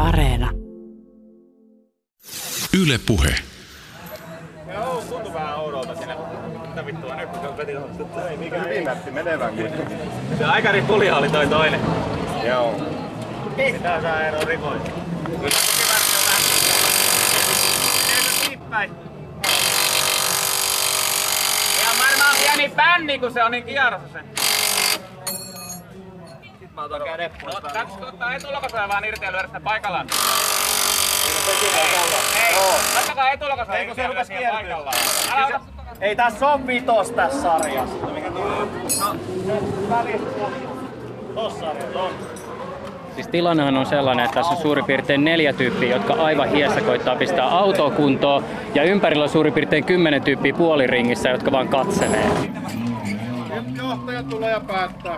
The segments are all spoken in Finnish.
Areena. Yle Puhe. Joo, tuntui vähän oudolta siinä. Mitä vittua nyt, kun se veti tuosta. Ei niinkään viimeästi menevän kuitenkin. Se aikari pulia oli toi toinen. Joo. Mitä sä Eero rikoit? Kyllä tukivärsi on vähän. Meneekö kiippäin? Ihan varmaan pieni pänni, kun se on niin kierrossa se. Sit mä otan kädet pois. Katso, ottaa etulokoseen vaan irti ja lyödä sitä paikallaan. Ei, ottakaa etulokoseen. Eikö se rupes kiertyä? Ei tässä on vitos tässä sarjassa. Mikä tulee? No, välistä tossa sarjassa on. Siis tilannehan on sellainen, että tässä on suurin piirtein 4 tyyppiä, jotka aivan hiessä koittaa pistää autoa kuntoon. Ja ympärillä on suurin piirtein 10 tyyppiä puoliringissä, jotka vaan katselee. Johtaja tulee ja päättää.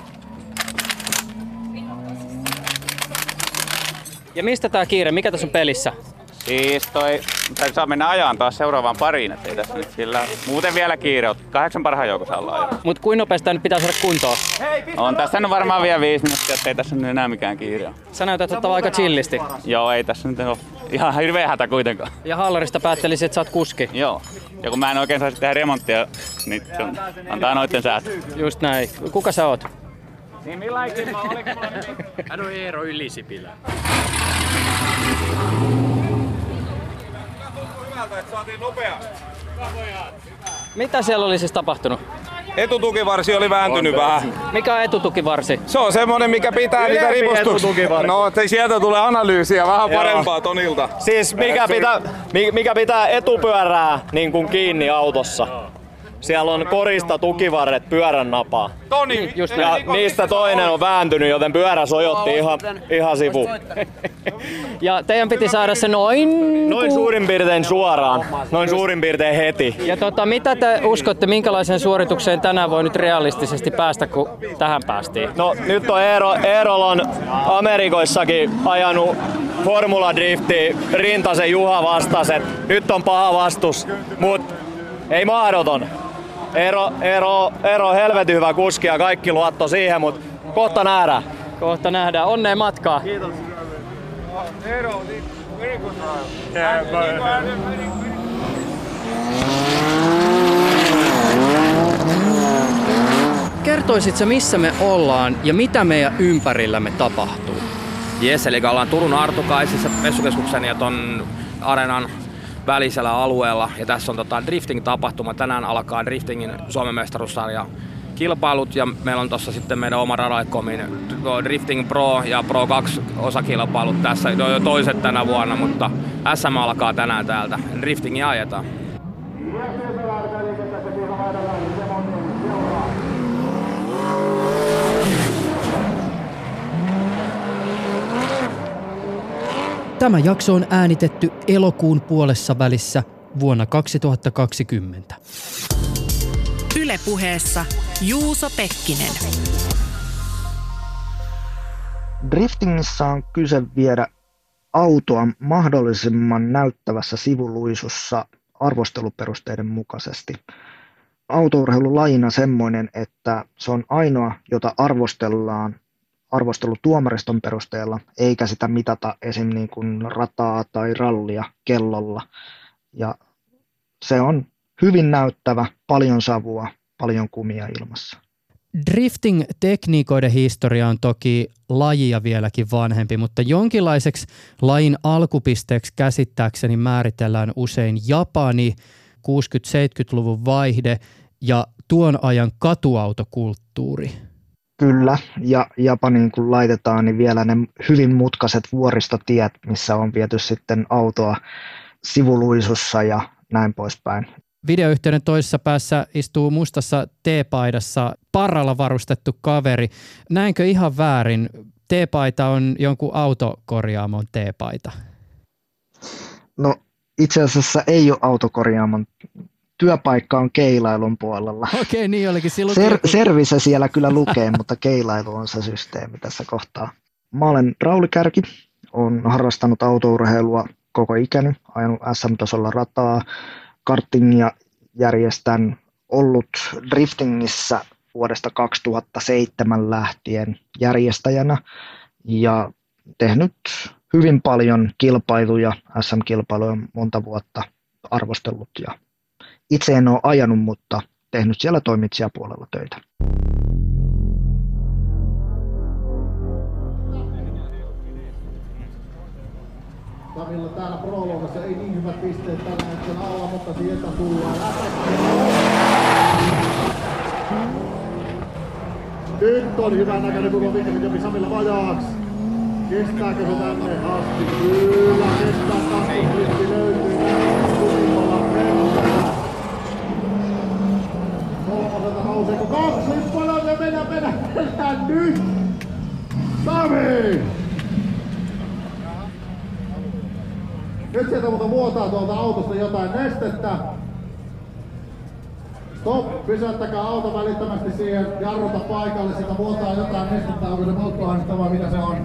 Ja mistä tää kiire? Mikä tässä on pelissä? Siis saa mennä ajaan taas seuraavaan pariin, ettei tässä nyt sillä muuten vielä kiire on. 8 parhaan joukossa ollaan ajaa. Mut kuinka nopeasti tää nyt pitää saada kuntoon? On tässä nyt varmaan vielä 5 minuuttia, ettei tässä nyt enää mikään kiire ole. Sä näytät ottavan aika chillisti. Joo, ei tässä nyt ole ihan hirveä hätä kuitenkaan. Ja hallarista päättelisit, että sä oot kuski. Joo. Ja kun mä en oikein saisi tehdä remonttia, niin se antaa noitten säätö. Just näin. Kuka sä oot? Niin millaikin mä oliko mulla nimi? Hän on Eero Ylisipilä. Hyvältä, että saatiin nopeasti. Mitä siellä oli siis tapahtunut? Etutukivarsi oli vääntynyt vähän. Mikä on etutukivarsi? Se on semmonen, mikä pitää niitä ripustuksia. No, sieltä tulee analyysiä vähän parempaa tonilta. Siis mikä pitää etupyörää niin kuin kiinni autossa. Siellä on korista tukivarret pyörän napaa. Toni! Ja niistä toinen on vääntynyt, joten pyörä sojotti ihan sivu. Ja teidän piti saada se noin suurin piirtein suoraan. Noin suurin piirtein heti. Ja mitä te uskotte, minkälaiseen suoritukseen tänään voi nyt realistisesti päästä, kun tähän päästiin? No nyt on Eerol on Amerikoissakin ajanut Formula Drifti Rintasen Juha vastaset. Nyt on paha vastus, mut ei mahdoton. Eero on helvetin hyvä kuski ja kaikki luotto siihen, mutta kohta nähdään. Kohta nähdään. Onnea matkaa. Kiitos. Eero, very good drive. Kertoisit sä, missä me ollaan ja mitä meidän ympärillämme tapahtuu? Jes, eli ollaan Turun Artukaisissa messukeskuksen ja ton areenan välisellä alueella. Ja tässä on drifting-tapahtuma. Tänään alkaa driftingin Suomen mestaruussarja kilpailut ja meillä on tossa sitten meidän oma Radaicomin Drifting Pro ja Pro 2 osakilpailut tässä jo toiset tänä vuonna, mutta SM alkaa tänään täältä. Driftingia ajetaan. Tämä jakso on äänitetty elokuun puolessa välissä vuonna 2020. Yle Puheessa Juuso Pekkinen. Driftingissä on kyse viedä autoa mahdollisimman näyttävässä sivuluisussa arvosteluperusteiden mukaisesti. Autourheilulajina semmoinen, että se on ainoa, jota arvostellaan arvostelutuomariston perusteella, eikä sitä mitata esim. Niin kuin rataa tai rallia kellolla. Ja se on hyvin näyttävä, paljon savua, paljon kumia ilmassa. Drifting-tekniikoiden historia on toki lajia vieläkin vanhempi, mutta jonkinlaiseksi lajin alkupisteeksi käsittääkseni määritellään usein Japani, 60-70-luvun vaihde ja tuon ajan katuautokulttuuri. Kyllä, ja Japaniin kun laitetaan, niin vielä ne hyvin mutkaiset vuoristotiet, missä on viety sitten autoa sivuluisussa ja näin poispäin. Videoyhteyden toisessa päässä istuu mustassa T-paidassa parralla varustettu kaveri. Näinkö ihan väärin? T-paita on jonkun autokorjaamon T-paita. No itse asiassa ei ole autokorjaamon. Työpaikka on keilailun puolella. Okei, niin olikin. Service siellä kyllä lukee, mutta keilailu on se systeemi tässä kohtaa. Mä olen Rauli Kärki, olen harrastanut autourheilua koko ikäni, ajanut SM-tasolla rataa, kartingia järjestän, ollut driftingissä vuodesta 2007 lähtien järjestäjänä ja tehnyt hyvin paljon kilpailuja, SM-kilpailuja monta vuotta arvostellut ja itse en ole ajanut, mutta tehnyt siellä toimitsijapuolella töitä. Samilla täällä prologassa ei niin hyvät pisteet tällä hetkellä alla, mutta sieltä tullaan Nyt on hyvän näköinen koko vinkkelijopi Samilla vajaaksi. Kestääkö se tänne asti? Kyllä kestää, kakkoslisti löytyy. Kumpala mennään. Kolmoselta nouseeko kaksi lippalaa ja mennään nyt! Sami! Nyt sieltä mutta vuotaa tuolta autosta jotain nestettä. Stop, pysäyttäkää auto välittömästi siihen, jarruta paikalle, sieltä vuotaa jotain nestettä, onko se polttoainetta vai mitä se on?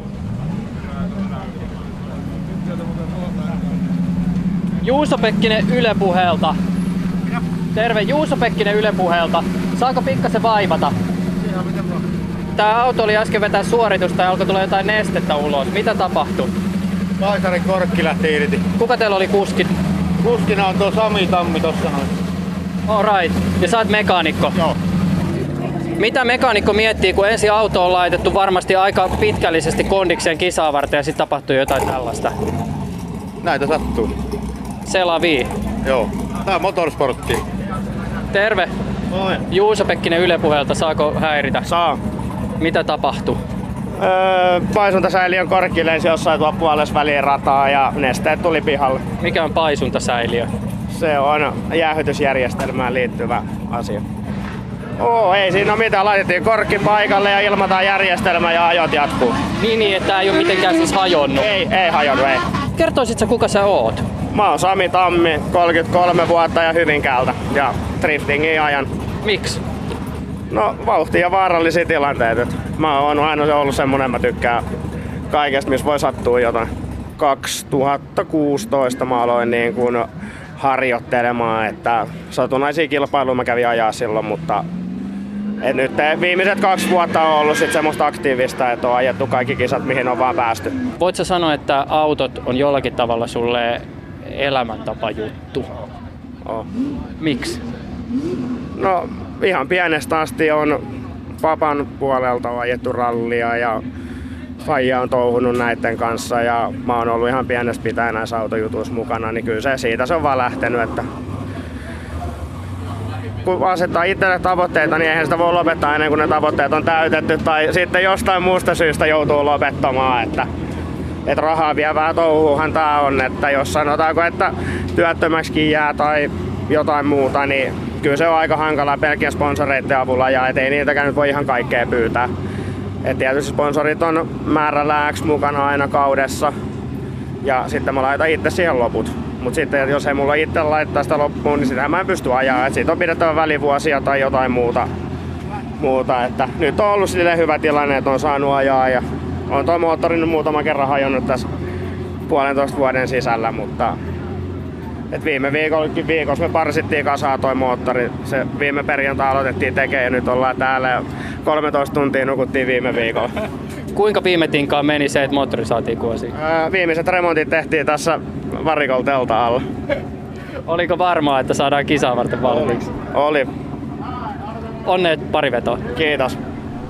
Juuso Pekkinen Yle Puheelta. Terve, Juuso Pekkinen Yle Puheelta. Saako pikkasen vaivata? Tää auto oli äsken vetää suoritusta ja alkoi tulla jotain nestettä ulos. Mitä tapahtui? Paisarin korkki lähti irti. Kuka teillä oli kuski? Kuskina on tuo Sami Tammi tossa noin. Alright. Ja sä oot mekaanikko? Joo. Mitä mekaanikko miettii, kun ensin auto on laitettu varmasti aika pitkällisesti kondikseen kisaa varten ja sitten tapahtuu jotain tällaista? Näitä sattuu. Selavii. Joo. Tää on motorsportti. Terve. Moi. Juuso Pekkinen Yle Puheelta. Saako häiritä? Saa. Mitä tapahtui? Paisuntasäiliön korkki lensi jossain tuolla puolesväliin rataa ja nesteet tuli pihalle. Mikä on paisuntasäiliö? Se on jäähytysjärjestelmään liittyvä asia. Ei siinä ole mitään. Laitettiin korkki paikalle ja ilmataan järjestelmä ja ajot jatkuu. Niin, että tää ei ole mitenkään siis hajonnut? Ei hajonnut, ei. Kertoisitko kuka sä oot? Mä oon Sami Tammi, 33 vuotta ja Hyvinkäältä ja driftingia ajan. Miksi? No vauhtia ja vaarallisia tilanteita. Mä oon aina ollut semmonen, mä tykkään kaikesta, missä voi sattua jotain. 2016 mä aloin niin kuin harjoittelemaan, että satunnaisia kilpailuja mä kävin ajaa silloin, mutta nyt viimeiset 2 vuotta on ollut sit semmoista aktiivista, että on ajettu kaikki kisat, mihin on vaan päästy. Voit sä sanoa, että autot on jollakin tavalla sulle elämäntapa juttu? Miksi? No ihan pienestä asti on papan puolelta on ajettu rallia ja faija on touhunut näiden kanssa ja mä oon ollut ihan pienestä pitäen näissä autojutuissa mukana, niin kyllä se on vaan lähtenyt, että kun asettaa itselle tavoitteita, niin eihän sitä voi lopettaa ennen kuin ne tavoitteet on täytetty tai sitten jostain muusta syystä joutuu lopettamaan, että rahaa vievää touhuuhan tää on, että jos sanotaanko, että työttömäksikin jää tai jotain muuta, niin kyllä se on aika hankalaa pelkien sponsoreiden avulla ja ei niitäkään nyt voi ihan kaikkea pyytää. Et tietysti sponsorit on määrällä X mukana aina kaudessa ja sitten mä laitan itse siihen loput. Mut sitten jos ei mulla itse laittaa sitä loppuun, niin sitä mä en pysty ajaa. Et siitä on pidettävä välivuosia tai jotain muuta. Että nyt on ollut silleen hyvä tilanne, että on saanut ajaa ja on toi moottori nyt muutaman kerran hajonnut tässä 1,5 vuoden sisällä, mutta viime viikossa me parsittiin kasaan toi moottori. Se viime perjantai aloitettiin tekemään ja nyt ollaan täällä ja 13 tuntia nukuttiin viime viikolla. Kuinka viime tinkaan meni se, että moottori saatiin kuosiin? Viimeiset remontit tehtiin tässä varikolla telta-alla. Oliko varmaa, että saadaan kisaa varten valmiiksi? Oli. Onneet pari vetoa. Kiitos.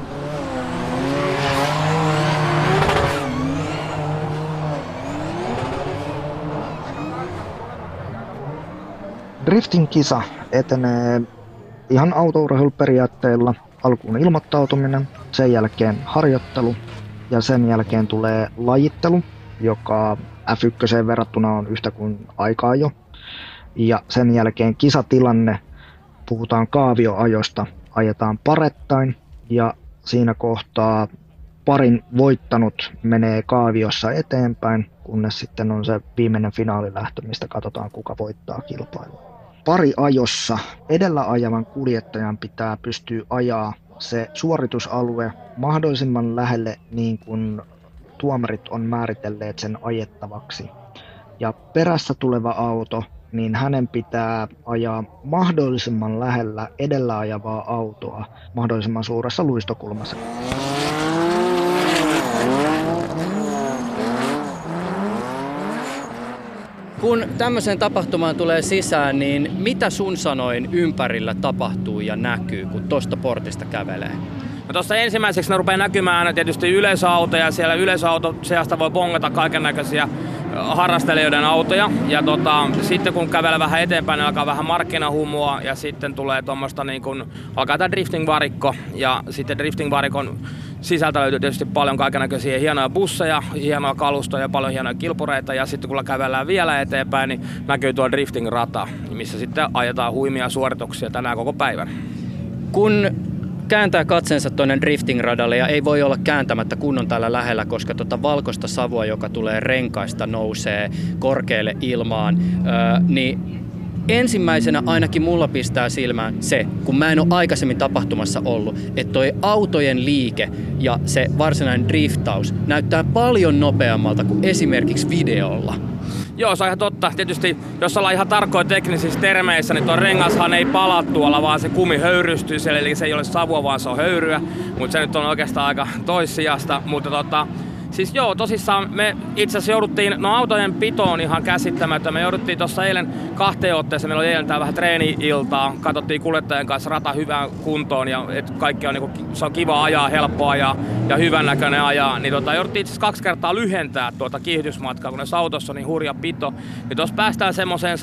Drifting-kisa etenee ihan autourheiluperiaatteilla. Alkuun ilmoittautuminen, sen jälkeen harjoittelu ja sen jälkeen tulee lajittelu, joka F1 verrattuna on yhtä kuin aikaa jo. Ja sen jälkeen kisatilanne, puhutaan kaavioajosta, ajetaan parettain ja siinä kohtaa parin voittanut menee kaaviossa eteenpäin, kunnes sitten on se viimeinen finaalilähtö, mistä katsotaan kuka voittaa kilpailun. Pari ajossa edellä ajavan kuljettajan pitää pystyä ajaa se suoritusalue mahdollisimman lähelle niin kuin tuomarit on määritelleet sen ajettavaksi. Ja perässä tuleva auto, niin hänen pitää ajaa mahdollisimman lähellä edellä ajavaa autoa mahdollisimman suuressa luistokulmassa. Kun tämmöiseen tapahtumaan tulee sisään, niin mitä sun sanoin ympärillä tapahtuu ja näkyy, kun tosta portista kävelee? No tuossa ensimmäiseksi ne rupeaa näkymään tietysti yleisöautoja. Siellä yleisöauto seasta voi bongata kaikennäköisiä harrastelijoiden autoja. Ja sitten kun kävelee vähän eteenpäin, niin alkaa vähän markkinahumua ja sitten tulee tuommoista niin kuin, alkaa tämä drifting-varikko. Ja sitten drifting-varikon sisältä löytyy tietysti paljon kaikennäköisiä hienoja busseja, hienoja kalustoja, paljon hienoja kilpureita. Ja sitten kun kävellään vielä eteenpäin, niin näkyy tuo drifting-rata, missä sitten ajetaan huimia suorituksia tänään koko päivän. Kun kääntää katseensa tuonne drifting-radalle ja ei voi olla kääntämättä kun on täällä lähellä, koska valkoista savua, joka tulee renkaista, nousee korkealle ilmaan, niin ensimmäisenä ainakin mulla pistää silmään se, kun mä en ole aikaisemmin tapahtumassa ollut, että toi autojen liike ja se varsinainen driftaus näyttää paljon nopeammalta kuin esimerkiksi videolla. Joo, se on ihan totta. Tietysti, jos ollaan ihan tarkkoja teknisissä termeissä, niin tuo rengashan ei pala tuolla, vaan se kumi höyrystyy siellä, eli se ei ole savua, vaan se on höyryä. Mutta se nyt on oikeastaan aika toissijasta. Mutta siis joo, tosissaan me itse asiassa jouduttiin, autojen pito on ihan käsittämätön. Me jouduttiin tuossa eilen 2 otteeseen, meillä oli eilen tää vähän treeni-iltaa. Katsottiin kuljettajan kanssa rata hyvään kuntoon ja kaikki on, niinku, se on kiva ajaa, helppo ajaa ja hyvän näköinen ajaa. Niin jouduttiin itse asiassa 2 kertaa lyhentää tuota kiihdytysmatkaa, kun näissä autossa on niin hurja pito. Niin tuossa päästään semmoiseen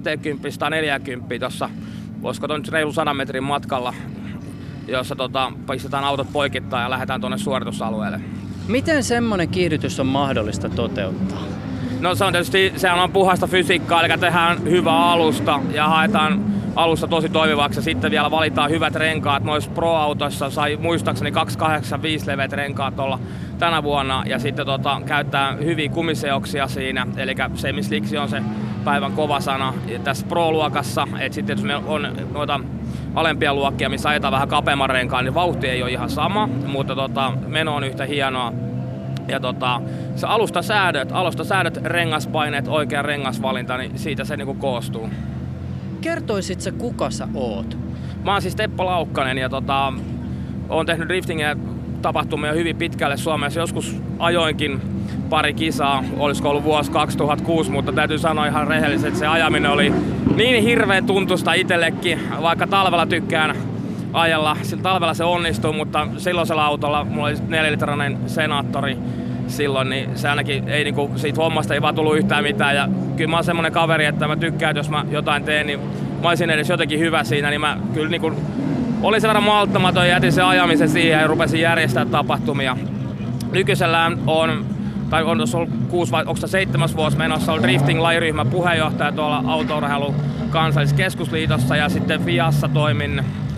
120-140 tuossa, voisiko tuon nyt reilu 100 metrin matkalla, jossa pistetään autot poikittain ja lähdetään tuonne suoritusalueelle. Miten semmoinen kiihdytys on mahdollista toteuttaa? No se on tietysti, sehän on puhasta fysiikkaa, eli tehdään hyvä alusta ja haetaan alusta tosi toimivaksi ja sitten vielä valitaan hyvät renkaat. Noissa Pro-autoissa sai muistaakseni 285 leveät renkaat olla tänä vuonna ja sitten käyttää hyviä kumiseoksia siinä, eli semislicks on se päivän kova sana tässä Pro-luokassa, että sitten jos meillä on noita alempia luokkia, missä ajetaan vähän kapeamman renkaan, niin vauhti ei ole ihan sama, mutta meno on yhtä hienoa. Ja se alustasäädöt, rengaspaineet, oikea rengasvalinta, niin siitä se niinku koostuu. Kertoisit sä, kuka sä oot? Mä oon siis Teppo Laukkanen ja oon tehnyt driftingia tapahtumia hyvin pitkälle Suomessa. Joskus ajoinkin pari kisaa, olisiko ollut vuosi 2006, mutta täytyy sanoa ihan rehellisesti, että se ajaminen oli niin hirveän tuntusta itsellekin, vaikka talvella tykkään ajella. Sillä talvella se onnistuu, mutta silloisella autolla, mulla oli 4-litrainen Senaattori silloin, niin se ainakin ei, niinku, siitä hommasta ei vaan tullut yhtään mitään. Ja kyllä mä oon semmonen kaveri, että mä tykkään, että jos mä jotain teen, niin mä olisin edes jotenkin hyvä siinä, niin mä kyllä niinku, olin sen verran malttamaton ja jätin sen ajamisen siihen ja rupesin järjestää tapahtumia. Nykyisellään on tuossa ollut 6 vai onko 7 vuosi menossa, ollut drifting-lajiryhmän puheenjohtaja tuolla Autourheilun kansalliskeskusliitossa ja sitten FIAssa toimin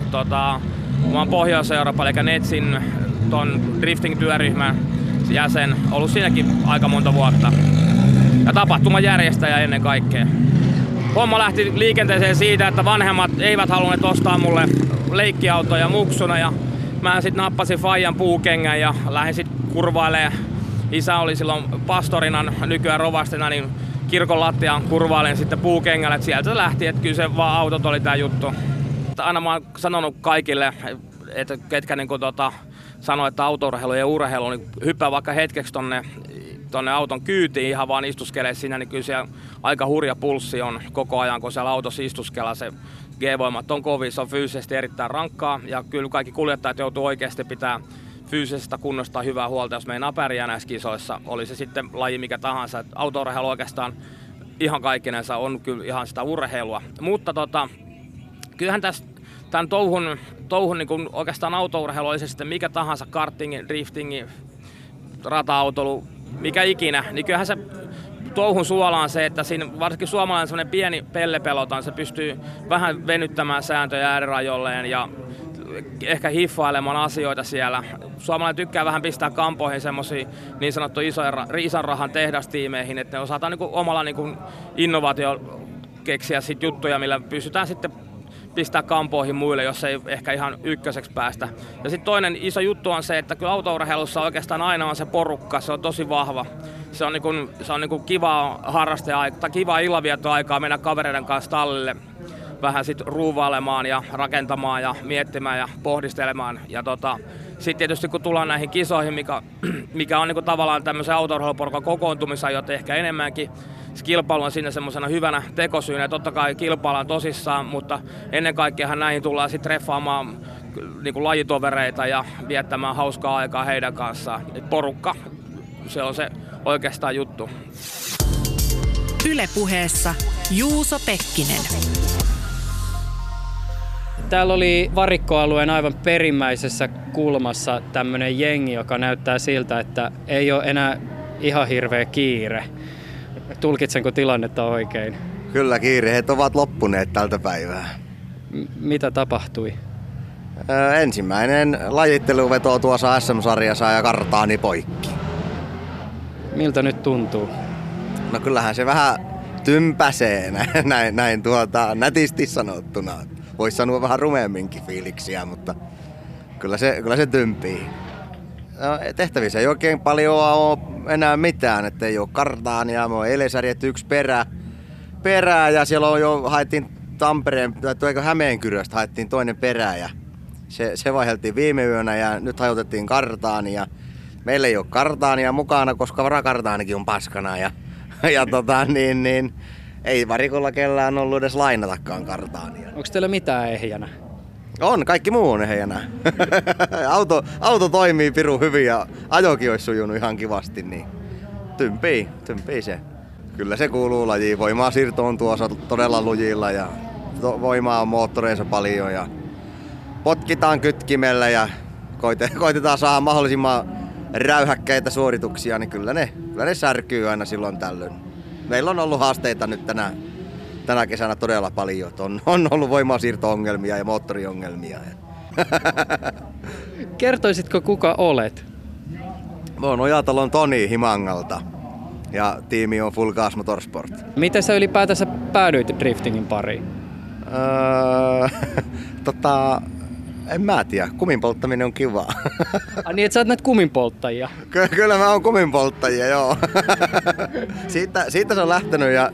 mä oon Pohjois-Euroopan eli NETSin ton drifting-työryhmän jäsen, ollut siinäkin aika monta vuotta. Ja tapahtumajärjestäjä ennen kaikkea. Homma lähti liikenteeseen siitä, että vanhemmat eivät halunneet ostaa mulle leikkiautoja muksuna ja mä sitten nappasin faijan puukengän ja lähdin sitten kurvailemaan. Isä oli silloin pastorina, nykyään rovastina, niin kirkon lattiaan kurvailen sitten puukengällä, että sieltä lähti, että kyllä se vaan autot oli tää juttu. Aina mä oon sanonut kaikille, että ketkä niin sanoo, että autourheilu ja urheilu, niin hyppää vaikka hetkeksi tonne auton kyytiin ihan vaan istuskelee siinä, niin kyllä siellä aika hurja pulssi on koko ajan, kun siellä autossa istuskellaan. Se G-voimat on kovin, se on fyysisesti erittäin rankkaa ja kyllä kaikki kuljettajat joutuu oikeasti pitää fyysisestä kunnosta hyvää huolta, jos meinaa pärjää näissä kisoissa. Oli se sitten laji mikä tahansa. Autourheilu oikeastaan ihan kaikkinensa on kyllä ihan sitä urheilua. Mutta kyllähän tämän touhun niin kuin oikeastaan autourheilu oli se sitten mikä tahansa, kartingi, driftingi, rata-autoilu, mikä ikinä, niin kyllähän se touhun suola on se, että siinä varsinkin suomalainen semmoinen pieni pellepeloton, se pystyy vähän venyttämään sääntöjä äärirajoilleen ja ehkä hiffailemaan asioita siellä. Suomalainen tykkää vähän pistää kampoihin semmosia niin sanottuja ison rahan tehdastiimeihin, että ne osataan niinku omalla niinku innovaatio keksiä sit juttuja, millä pystytään sitten pistää kampoihin muille, jos ei ehkä ihan ykköseksi päästä. Ja sitten toinen iso juttu on se, että kyllä autourheilussa oikeastaan aina on se porukka, se on tosi vahva. Se on niinku kivaa harrasteaikaa, kivaa illanviettoaikaa mennä kavereiden kanssa tallille vähän sit ruuvailemaan ja rakentamaan ja miettimään ja pohdistelemaan. Ja Sitten tietysti kun tullaan näihin kisoihin, mikä on niin tavallaan tämmöisen autourheiluporukan kokoontumisajot ehkä enemmänkin, se kilpailu on siinä semmoisena hyvänä tekosyynä. Totta kai kilpaillaan tosissaan, mutta ennen kaikkea näihin tullaan sitten treffaamaan niin lajitovereita ja viettämään hauskaa aikaa heidän kanssaan. Et porukka, se on se oikeastaan juttu. Yle Puheessa Juuso Pekkinen. Täällä oli varikkoalueen aivan perimmäisessä kulmassa tämmöinen jengi, joka näyttää siltä, että ei ole enää ihan hirveä kiire. Tulkitsenko tilannetta oikein? Kyllä, kiireet ovat loppuneet tältä päivää. Mitä tapahtui? Ensimmäinen lajitteluveto tuossa SM-sarjassa ja kartaani poikki. Miltä nyt tuntuu? No kyllähän se vähän tympäsee näin nätisti sanottuna. Voisi sanoa vähän rumeamminkin fiiliksiä, mutta kyllä se tympii. No, tehtävissä ei oikein paljon ole enää mitään, että ei ole kartaania, me on Elesärjet 1 perää ja siellä on jo haettiin Tampereen, tai Hämeenkyröstä haettiin toinen perä ja se vaihdeltiin viime yönä ja nyt hajotettiin kartaania. Meillä ei ole kartaania mukana, koska varakartaanikin on paskana ja ei varikolla kellään ollut edes lainatakaan kartaania. Onko teillä mitään ehjänä? On, kaikki muu on ehjänä. auto toimii pirun hyvin ja ajokin olisi sujunut ihan kivasti, niin tympii se. Kyllä se kuuluu lajiin. Voimaa siirto on tuossa todella lujilla ja voimaa on moottoreissa paljon ja potkitaan kytkimellä ja koitetaan saada mahdollisimman räyhäkkäitä suorituksia, niin kyllä ne särkyy aina silloin tällöin. Meillä on ollut haasteita nyt tänä kesänä todella paljon. On ollut voimasiirto-ongelmia ja moottoriongelmia. Kertoisitko kuka olet? Mä oon Ojatalon Toni Himangalta ja tiimi on Full Gas Motorsport. Miten sä ylipäätänsä päädyit driftingin pariin? En mä tiedä. Kumin polttaminen on kivaa. Niin, että sä oot näitä kuminpolttajia? Kyllä mä oon kuminpolttajia, joo. Siitä se on lähtenyt ja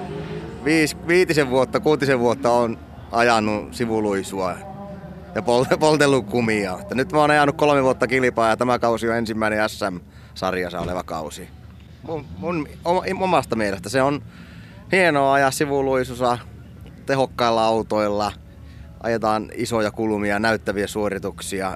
6 vuotta on ajanut sivuluisua ja poltellut kumia. Nyt mä oon ajanut 3 vuotta kilpaa ja tämä kausi on ensimmäinen SM-sarjassa oleva kausi. Mun omasta mielestä se on hienoa ajaa sivuluisussa tehokkailla autoilla. Ajetaan isoja kulmia, näyttäviä suorituksia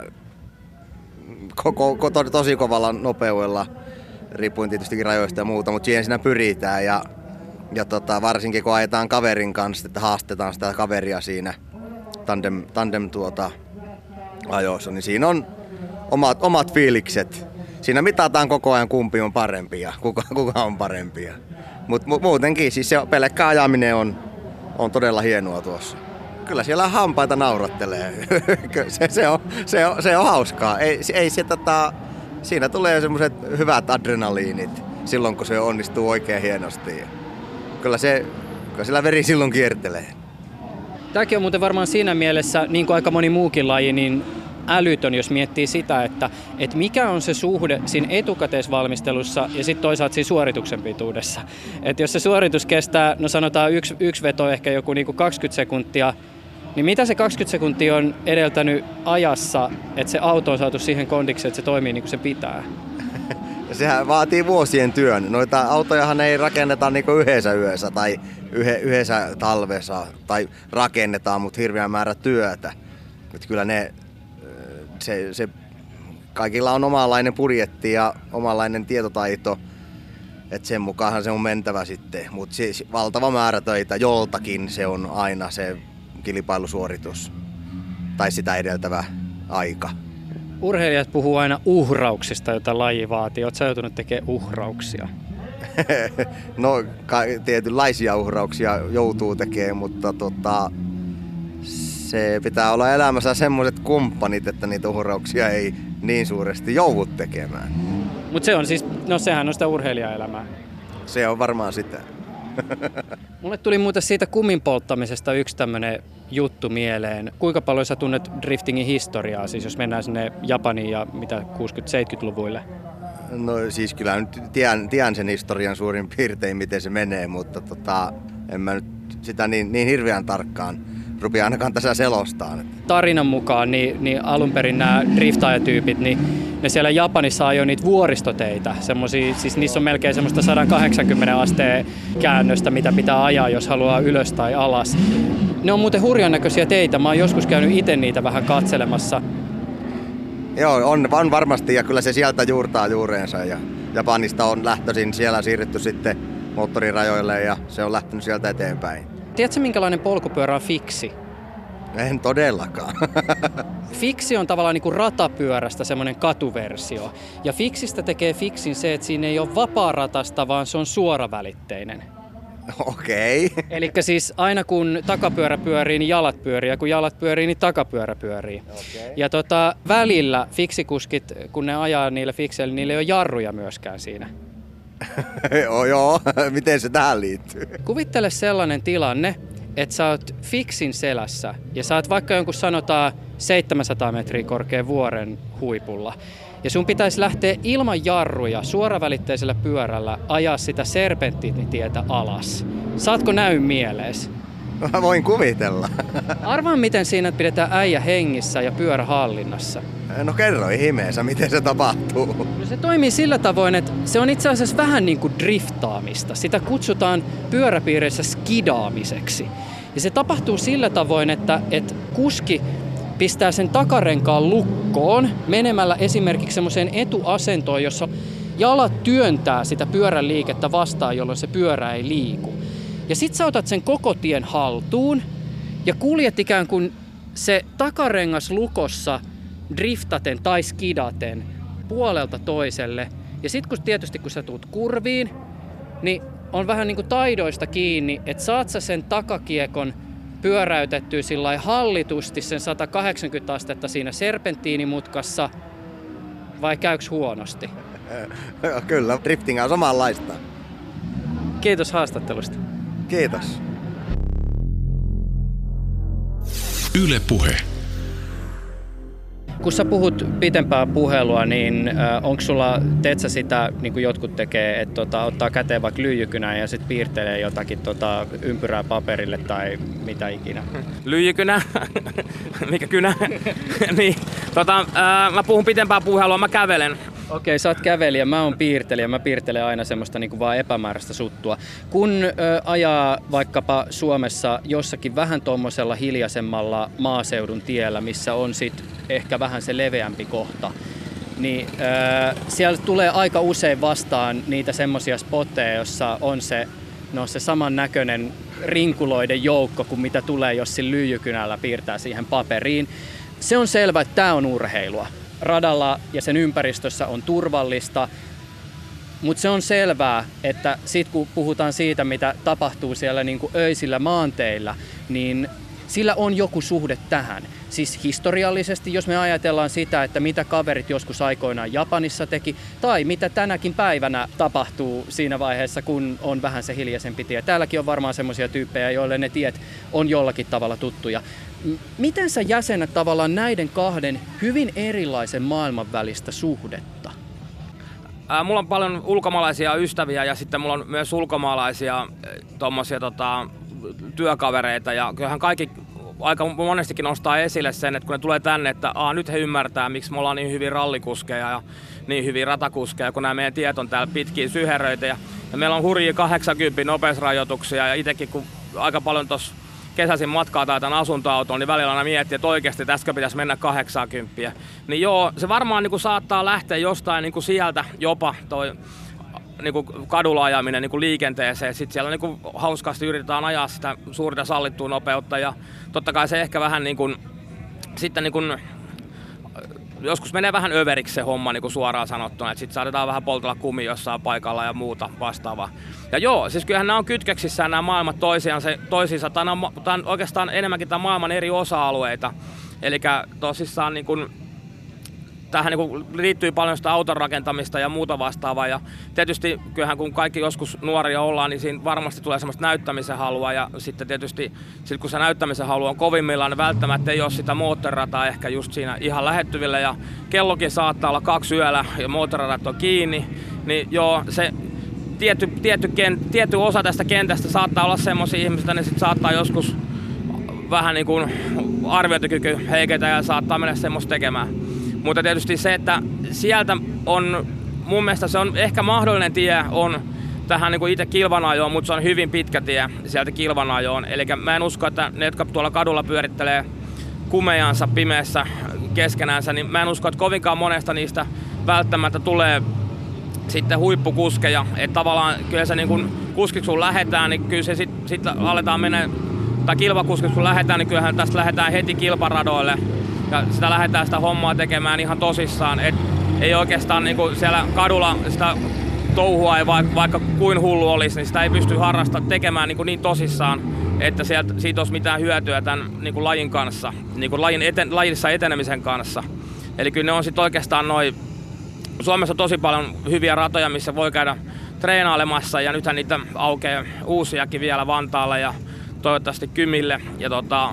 tosi kovalla nopeudella, riippuen tietysti rajoista ja muuta, mutta siihen siinä pyritään ja varsinkin kun ajetaan kaverin kanssa, että haastetaan sitä kaveria siinä tandem ajoissa, niin siinä on omat fiilikset. Siinä mitataan koko ajan kumpi on parempi ja kuka on parempi. Mutta muutenkin siis se pelkkä ajaminen on todella hienoa tuossa. Kyllä siellä hampaita naurattelee. se on hauskaa. Siinä tulee semmoiset hyvät adrenaliinit silloin, kun se onnistuu oikein hienosti. Kyllä sillä veri silloin kiertelee. Tämäkin on muuten varmaan siinä mielessä, niin kuin aika moni muukin laji, niin älytön, jos miettii sitä, että mikä on se suhde siinä etukäteisvalmistelussa ja sitten toisaalta siinä suorituksen pituudessa. Että jos se suoritus kestää, no sanotaan yksi veto ehkä joku niinku 20 sekuntia, niin mitä se 20 sekuntia on edeltänyt ajassa, että se auto on saatu siihen kondikseen, että se toimii niin kuin se pitää? Sehän vaatii vuosien työn. Noita autojahan ei rakenneta niin kuin yhdessä yössä tai yhdessä talvessa tai rakennetaan, mutta hirveän määrä työtä. Että kyllä se kaikilla on omanlainen budjetti ja omanlainen tietotaito, että sen mukaanhan se on mentävä sitten. Mutta siis valtava määrä töitä, joltakin se on aina se kilpailusuoritus tai sitä edeltävä aika. Urheilijat puhuu aina uhrauksista, joita laji vaatii. Oletko sä joutunut tekemään uhrauksia? No tietynlaisia uhrauksia joutuu tekemään, mutta se pitää olla elämässä semmoiset kumppanit, että niitä uhrauksia ei niin suuresti joudu tekemään. Mutta se on siis, no sehän on sitä urheilijaelämää. Se on varmaan sitä. Mulle tuli muuten siitä kumin polttamisesta yksi tämmönen juttu mieleen. Kuinka paljon sä tunnet driftingin historiaa, siis jos mennään sinne Japaniin ja mitä 60-70-luvuille? No siis kyllä nyt tiedän sen historian suurin piirtein, miten se menee, mutta en mä nyt sitä niin hirveän tarkkaan rupia ainakaan tässä selostaan. Tarinan mukaan niin alun perin nämä driftaajatyypit, niin ne siellä Japanissa ajoi niitä vuoristoteitä. Siis niissä on melkein semmoista 180 asteen käännöstä, mitä pitää ajaa, jos haluaa ylös tai alas. Ne on muuten hurjan näköisiä teitä. Mä oon joskus käynyt itse niitä vähän katselemassa. Joo, on varmasti ja kyllä se sieltä juurtaa juureensa. Ja Japanista on lähtöisin, siellä siirrytty sitten moottorirajoille ja se on lähtenyt sieltä eteenpäin. Tiedätkö, minkälainen polkupyörä on fiksi? En todellakaan. Fiksi on tavallaan niin kuin ratapyörästä semmoinen katuversio. Ja fiksistä tekee fiksin se, että siinä ei ole vapaaratasta, vaan se on suoravälitteinen. Okei. Elikkä siis aina kun takapyörä pyörii, niin jalat pyörii, ja kun jalat pyörii, niin takapyörä pyörii. Okay. Ja välillä fiksikuskit, kun ne ajaa niillä fikseillä, niillä ei ole jarruja myöskään siinä. Joo, miten se tähän liittyy? Kuvittele sellainen tilanne, että sä oot fiksin selässä ja sä oot vaikka jonkun sanotaan 700 metriä korkean vuoren huipulla. Ja sun pitäisi lähteä ilman jarruja suoravälitteisellä pyörällä ajaa sitä serpenttiinitietä alas. Saatko näyn mieleesi? Mä voin kuvitella. Arvaa, miten siinä pidetään äijä hengissä ja pyörä hallinnassa. No kerro ihmeessä, miten se tapahtuu. No se toimii sillä tavoin, että se on itse asiassa vähän niin kuin driftaamista. Sitä kutsutaan pyöräpiireissä skidaamiseksi. Ja se tapahtuu sillä tavoin, että kuski pistää sen takarenkaan lukkoon menemällä esimerkiksi semmoiseen etuasentoon, jossa jalat työntää sitä pyörän liikettä vastaan, jolloin se pyörä ei liiku. Ja sit sä otat sen koko tien haltuun ja kuljet ikään kuin se takarengas lukossa driftaten tai skidaten puolelta toiselle. Ja sit kun sä tuut kurviin, niin on vähän niin kuin taidoista kiinni, että saat sä sen takakiekon pyöräytettyä sillai hallitusti sen 180 astetta siinä serpenttiinimutkassa, vai käyks huonosti? Kyllä, drifting on samanlaista. Kiitos haastattelusta. Kiitos. Yle Puhe. Kun sä puhut pitempää puhelua, niin teet sä sitä, niin kuin jotkut tekee, että ottaa käteen vaikka lyijykynää ja sitten piirtelee jotakin ympyrää paperille tai mitä ikinä? Lyijykynä? Mikä kynä? niin, mä puhun pitempää puhelua, mä kävelen. Okei, sä oot kävelijä, mä oon piirtelijä. Mä piirtelen aina semmoista niin kuin vaan epämääräistä suttua. Kun ajaa vaikkapa Suomessa jossakin vähän tommosella hiljaisemmalla maaseudun tiellä, missä on sit ehkä vähän se leveämpi kohta, niin siellä tulee aika usein vastaan niitä semmosia spotteja, jossa on se samannäköinen rinkuloiden joukko kuin mitä tulee, jos sillä lyijykynällä piirtää siihen paperiin. Se on selvä, että tää on urheilua. Radalla ja sen ympäristössä on turvallista, mutta se on selvää, että sit kun puhutaan siitä, mitä tapahtuu siellä niin kuin öisillä maanteilla, niin sillä on joku suhde tähän. Siis historiallisesti, jos me ajatellaan sitä, että mitä kaverit joskus aikoinaan Japanissa teki, tai mitä tänäkin päivänä tapahtuu siinä vaiheessa, kun on vähän se hiljaisempi tie. Täälläkin on varmaan semmoisia tyyppejä, joille ne tiet on jollakin tavalla tuttuja. Miten sä jäsennät tavallaan näiden kahden hyvin erilaisen maailman välistä suhdetta? Mulla on paljon ulkomaalaisia ystäviä ja sitten mulla on myös ulkomaalaisia tommosia työkavereita ja kyllähän kaikki aika monestikin nostaa esille sen, että kun ne tulee tänne, että nyt he ymmärtää, miksi me ollaan niin hyvin rallikuskeja ja niin hyvin ratakuskeja, kun nämä meidän tiet on täällä pitkiä syheröitä ja meillä on hurjia 80 nopeusrajoituksia ja itsekin kun aika paljon tuossa kesäisin matkaa tai tämän asuntoautoon, niin välillä aina miettii, että oikeasti tästä pitäisi mennä 80. Niin joo, se varmaan niin kuin saattaa lähteä jostain niin kuin sieltä jopa toi niin kuin kadulla ajaminen niin kuin liikenteeseen. Sitten siellä niin kuin hauskasti yritetään ajaa sitä suurta sallittua nopeutta ja totta kai se ehkä vähän niin kuin, sitten niin kuin, joskus menee vähän överiksi se homma niin kuin suoraan sanottuna, että sitten saatetaan vähän poltella kumi jossain paikalla ja muuta vastaavaa. Ja joo, siis kyllähän nämä on kytköksissään nämä maailmat toisiinsa, tämä on oikeastaan enemmänkin tämän maailman eri osa-alueita. Eli tosissaan niin kuin, tähän niin kuin liittyy paljon sitä auton rakentamista ja muuta vastaavaa. Ja tietysti kyllähän kun kaikki joskus nuoria ollaan, niin siinä varmasti tulee semmoista näyttämisen halua. Ja sitten tietysti sit kun se näyttämisen halu on kovimmillaan, niin välttämättä ei ole sitä moottorirataa ehkä just siinä ihan lähettyvillä. Ja kellokin saattaa olla 2 yöllä ja moottoriradat on kiinni. Niin joo, se tietty osa tästä kentästä saattaa olla semmoisia ihmisiä, että ne sit saattaa joskus vähän niin kuin arviointikyky heiketä ja saattaa mennä semmoista tekemään. Mutta tietysti se, että sieltä on, mun mielestä se on ehkä mahdollinen tie on tähän niin kuin itse kilvanajoon, mutta se on hyvin pitkä tie sieltä kilvanajoon. Eli mä en usko, että ne, jotka tuolla kadulla pyörittelee kumejansa pimeässä keskenäänsä, niin mä en usko, että kovinkaan monesta niistä välttämättä tulee sitten huippukuskeja. Että tavallaan kyllä se niin kun kuskiksi kun lähdetään, niin kyllä se sitten aletaan mennä, tai kilpakuskiksi kun lähdetään, niin kyllähän tästä lähdetään heti kilparadoille. Ja sitä lähdetään sitä hommaa tekemään ihan tosissaan. Et ei oikeastaan niin kuin siellä kadulla sitä touhua ei vaikka kuin hullu olisi, niin sitä ei pysty tekemään niin tosissaan, että siitä olisi mitään hyötyä tämän niin kuin lajin kanssa, niin kuin lajissa etenemisen kanssa. Eli kyllä ne on sitten oikeastaan Suomessa on tosi paljon hyviä ratoja, missä voi käydä treenailemassa, ja nythän niitä aukeaa uusiakin vielä Vantaalle ja toivottavasti Kymille. Ja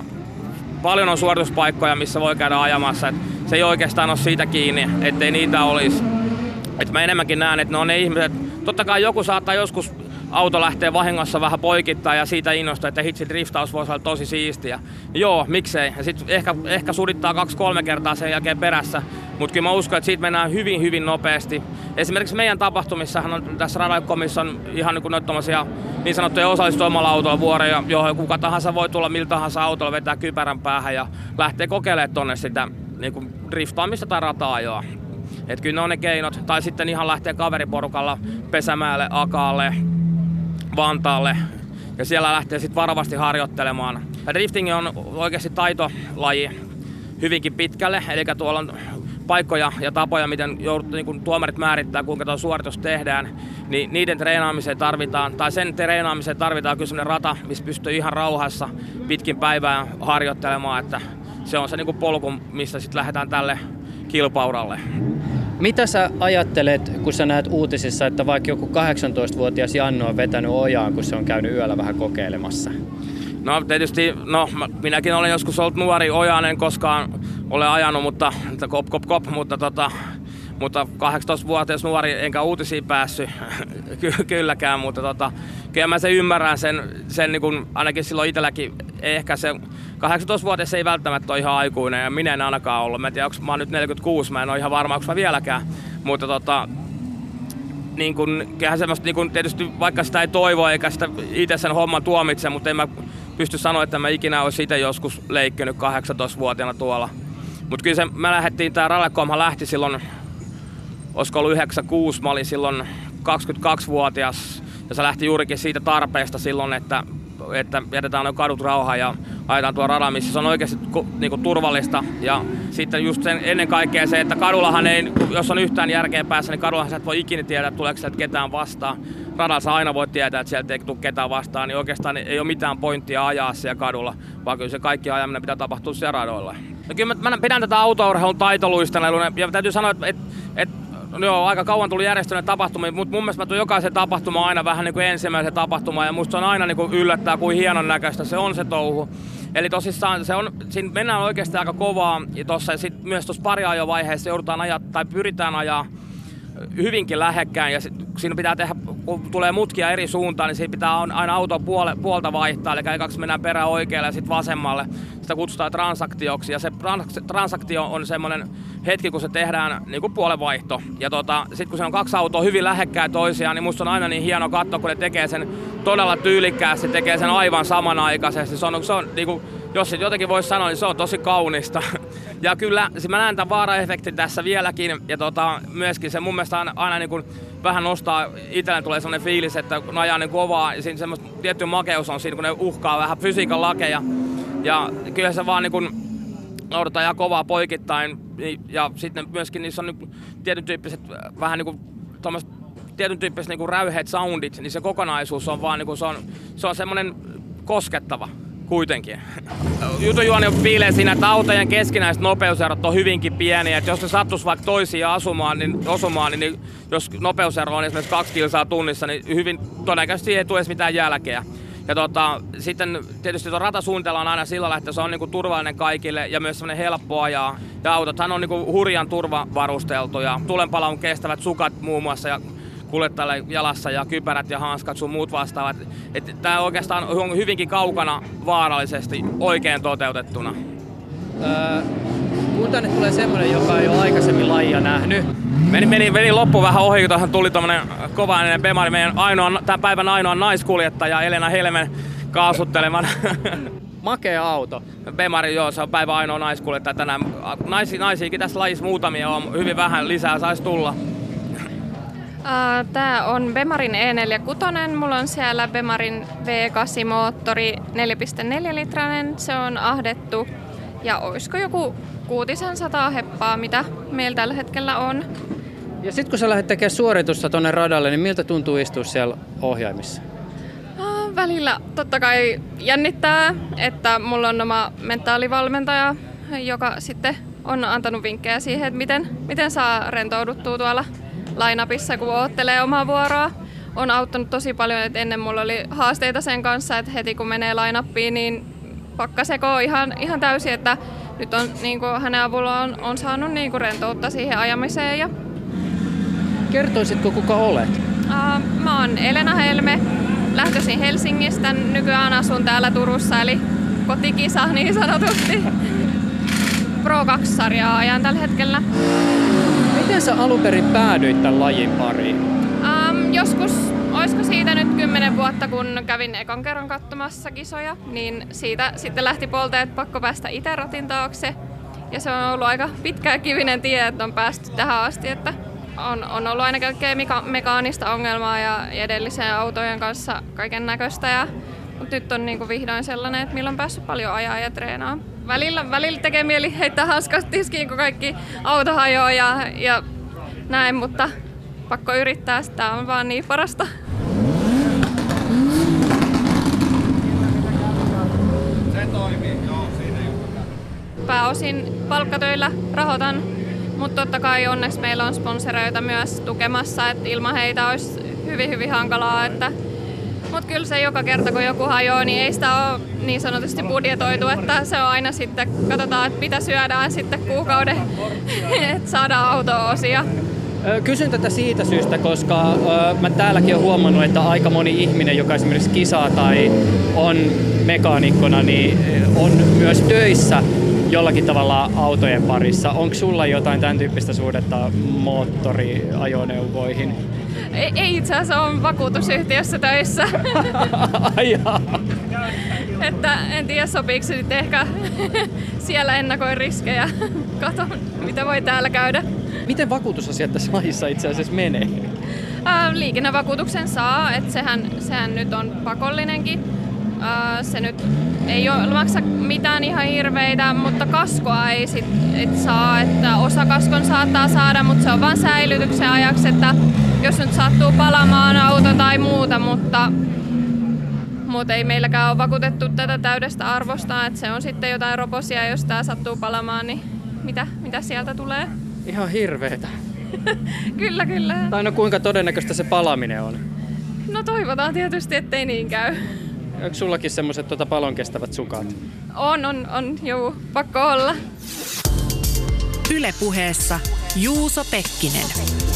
paljon on suorituspaikkoja, missä voi käydä ajamassa. Et se ei oikeastaan ole siitä kiinni, ettei niitä olisi. Et mä enemmänkin näen, että ne on ne ihmiset. Totta kai joku saattaa joskus auto lähtee vahingossa vähän poikittaa ja siitä innostaa, että hitsi driftaus voisi olla tosi siistiä. Joo, miksei. Ja sit ehkä sudittaa 2-3 kertaa sen jälkeen perässä. Mutta kyllä mä uskon, että siitä mennään hyvin, hyvin nopeasti. Esimerkiksi meidän tapahtumissahan on tässä Radar.comissa on ihan niin sanottuja osallistu omalla autolla vuoroja, johon kuka tahansa voi tulla millä tahansa autolla, vetää kypärän päähän ja lähtee kokeilemaan tonne sitä niin driftaamista tai rata-ajoa. Et kyllä ne on ne keinot. Tai sitten ihan lähtee kaveriporukalla Pesämäelle, Akaalle, Vantaalle ja siellä lähtee sitten varovasti harjoittelemaan. Ja drifting on oikeasti taitolaji hyvinkin pitkälle, eli tuolla on paikkoja ja tapoja, miten niin tuomarit määrittää, kuinka tuo suoritus tehdään, niin niiden treenaamiseen tarvitaan, tai sen treenaamiseen tarvitaan kyllä sellainen rata, missä pystyy ihan rauhassa pitkin päivää harjoittelemaan, että se on se niin kuin polku, mistä sitten lähdetään tälle kilpauralle. Mitä sä ajattelet, kun sä näet uutisissa, että vaikka joku 18-vuotias Jannu on vetänyt ojaan, kun se on käynyt yöllä vähän kokeilemassa? No tietysti, minäkin olen joskus ollut nuori ojainen, koskaan olen ajanut, mutta 18-vuotias nuori enkä uutisiin päässyt kylläkään, mutta kyllä mä sen ymmärrän sen niin kuin ainakin silloin itselläkin, ehkä se 18-vuotias ei välttämättä ole ihan aikuinen ja minä en ainakaan ollut. Mä en tiedä, onko mä oon nyt 46, mä en ole ihan varma, onko mä vieläkään, mutta niin kun, kyllähän semmoista niin kun, tietysti vaikka sitä ei toivo eikä sitä itse sen homman tuomitse, mutta en mä pysty sanoa, että mä ikinä olisi itse joskus leikkinyt 18-vuotiaana tuolla. Mutta kyllä me lähdettiin, tää Radar.comhan lähti silloin, olisiko ollut 96, mä olin silloin 22-vuotias ja se lähti juurikin siitä tarpeesta silloin, että jätetään noin kadut rauhaan ja ajetaan tuo rada, missä se on oikeasti niinku turvallista. Ja sitten just ennen kaikkea se, että kadullahan ei, jos on yhtään järkeä päässä, niin kadullahan sä et voi ikinä tietää, että tuleeko sieltä ketään vastaan. Radalla sä aina voit tietää, että sieltä ei tule ketään vastaan, niin oikeastaan ei ole mitään pointtia ajaa siellä kadulla, vaan kyllä se kaikki ajaminen pitää tapahtua siellä radoilla. No kyllä mä pidän tätä autourheilun taitoluistelua ja täytyy sanoa, että joo, aika kauan tuli järjestyneet tapahtumia, mutta mun mielestä mä tuun jokaisen tapahtumaan aina vähän niin kuin ensimmäisen tapahtumaan ja musta se on aina niin kuin yllättää, kuin hienon näköistä se on se touhu. Eli tosissaan siinä mennään oikeasti aika kovaa ja myös tuossa pariajovaiheessa joudutaan ajaa tai pyritään ajaa hyvinkin lähekkään ja siinä pitää tehdä, kun tulee mutkia eri suuntaan, niin siinä pitää aina auto puolta vaihtaa, eli ekaksi mennään perään oikealle ja sitten vasemmalle. Sitä kutsutaan transaktioksi ja se transaktio on semmoinen hetki, kun se tehdään niin kuin puolenvaihto. Ja sitten kun se on kaksi autoa hyvin lähekkään toisiaan, niin musta on aina niin hieno katsoa, kun ne tekee sen todella tyylikkäästi, tekee sen aivan samanaikaisesti. Se on niin kuin, jos se jotenkin voisi sanoa, niin se on tosi kaunista. Ja kyllä, mä näen tämän vaaraefektin tässä vieläkin, ja myöskin se mun mielestä aina niin kuin vähän nostaa, itselleni tulee sellainen fiilis, että kun ajaa niin kovaa, ja siinä semmoista tietty makeus on siinä, kun ne uhkaa vähän fysiikan lakeja. Ja kyllä se vaan niin kuin noudataan ihan kovaa poikittain, ja sitten myöskin niissä on niin tietyn tyyppiset vähän niin kuin tietyn tyyppiset niin kuin räyheet soundit, niin se kokonaisuus on vaan niin kuin se on semmoinen koskettava. Kuitenkin. Jutujuoni piilee siinä, että autojen keskinäiset nopeuserot on hyvinkin pieniä. Että jos ne sattuisi vaikka toisiin osumaan, niin jos nopeusero on esimerkiksi 2 kilsaa tunnissa, niin hyvin todennäköisesti ei tule edes mitään jälkeä. Ja sitten tietysti tuo rata suunnitellaan aina sillä lailla, että se on niinku turvallinen kaikille ja myös semmoinen helppo ajaa. Ja autothan on niinku hurjan turvavarusteltuja. Tulenpalauun kestävät sukat muun muassa ja kuljettajalle jalassa ja kypärät ja hanskat sun muut vastaavat. Tää oikeastaan on hyvinkin kaukana vaarallisesti oikein toteutettuna. Kun tänne tulee semmonen, joka ei ole aikaisemmin lajia nähnyt. Meni loppu vähän ohi, kun tuohon tuli tommonen kovainen Bemari, meidän tämän päivän ainoa naiskuljettaja Elena Helmen kaasutteleman. Makea auto. Bemari, joo, se on päivän ainoa naiskuljettaja tänään. Naisiakin tässä lajissa muutamia on, hyvin vähän lisää saisi tulla. Tää on Bemarin E46, mulla on siellä Bemarin V8-moottori 4,4-litrainen, se on ahdettu ja olisiko joku 600 heppaa, mitä meillä tällä hetkellä on. Ja sit kun sä lähdet tekemään suoritusta tonne radalle, niin miltä tuntuu istua siellä ohjaimissa? Välillä totta kai jännittää, että mulla on oma mentaalivalmentaja, joka sitten on antanut vinkkejä siihen, että miten saa rentouduttua tuolla line-upissa, kun oottelee omaa vuoroa. On auttanut tosi paljon, että ennen mulla oli haasteita sen kanssa, että heti kun menee line-upiin, niin pakka sekoo ihan täysin, että nyt on, niin kuin hänen avullaan on saanut niin kuin rentoutta siihen ajamiseen. Ja... Kertoisitko kuka olet? Mä oon Elena Helme, lähtöisin Helsingistä, nykyään asun täällä Turussa, eli kotikisa niin sanotusti. Pro 2-sarjaa ajan tällä hetkellä. Miten sä alun perin päädyit tämän lajin pariin? Joskus, olisiko siitä nyt 10 vuotta, kun kävin ekan kerran katsomassa kisoja, niin siitä sitten lähti polteet pakko päästä itse ratin taakse. Ja se on ollut aika pitkä kivinen tie, että on päästy tähän asti, että on ollut aina kaikkea mekaanista ongelmaa ja edellisen autojen kanssa kaiken näköistä. Mutta nyt on niinku vihdoin sellainen, että milloin on päässyt paljon ajaa ja treenaa. Välillä tekee mieli heittää hanskat tiskiin, kun kaikki auto hajoaa ja näin, mutta pakko yrittää, sitä on vaan niin parasta. Se toimii, joo, siinä ei ole. Pääosin palkkatöillä rahoitan, mutta totta kai onneksi meillä on sponsoreita myös tukemassa, että ilman heitä olisi hyvin hankalaa. Mutta kyllä se joka kerta kun joku hajoaa, niin ei sitä ole niin sanotusti budjetoitu, että se on aina sitten, katsotaan, että mitä syödään sitten kuukauden, että saadaan auto-osia. Kysyn tätä siitä syystä, koska mä täälläkin olen huomannut, että aika moni ihminen, joka esimerkiksi kisaa tai on mekaanikkona, niin on myös töissä jollakin tavalla autojen parissa. Onko sulla jotain tämän tyyppistä suhdetta moottoriajoneuvoihin? Ei itse asiassa ole vakuutusyhtiössä töissä. Että en tiedä sopiiko se nyt ehkä siellä ennakoin riskejä. Katon mitä voi täällä käydä. Miten vakuutusasiat tässä lajissa itse asiassa menee? Liikennevakuutuksen saa, että sehän nyt on pakollinenkin. Se nyt ei maksa mitään ihan hirveitä, mutta kaskoa ei sit saa. Että osa kaskon saattaa saada, mutta se on vain säilytyksen ajaksi, että jos nyt sattuu palamaan auto tai muuta, mutta ei meilläkään ole vakuutettu tätä täydestä arvostaan, että se on sitten jotain roposia, jos tää sattuu palamaan, niin mitä sieltä tulee? Ihan hirveetä. Kyllä. Tai no kuinka todennäköistä se palaminen on? No toivotaan tietysti, ettei niin käy. Onko sullakin semmoiset palon kestävät sukat? On, juu, pakko olla. Yle Puheessa Juuso Pekkinen.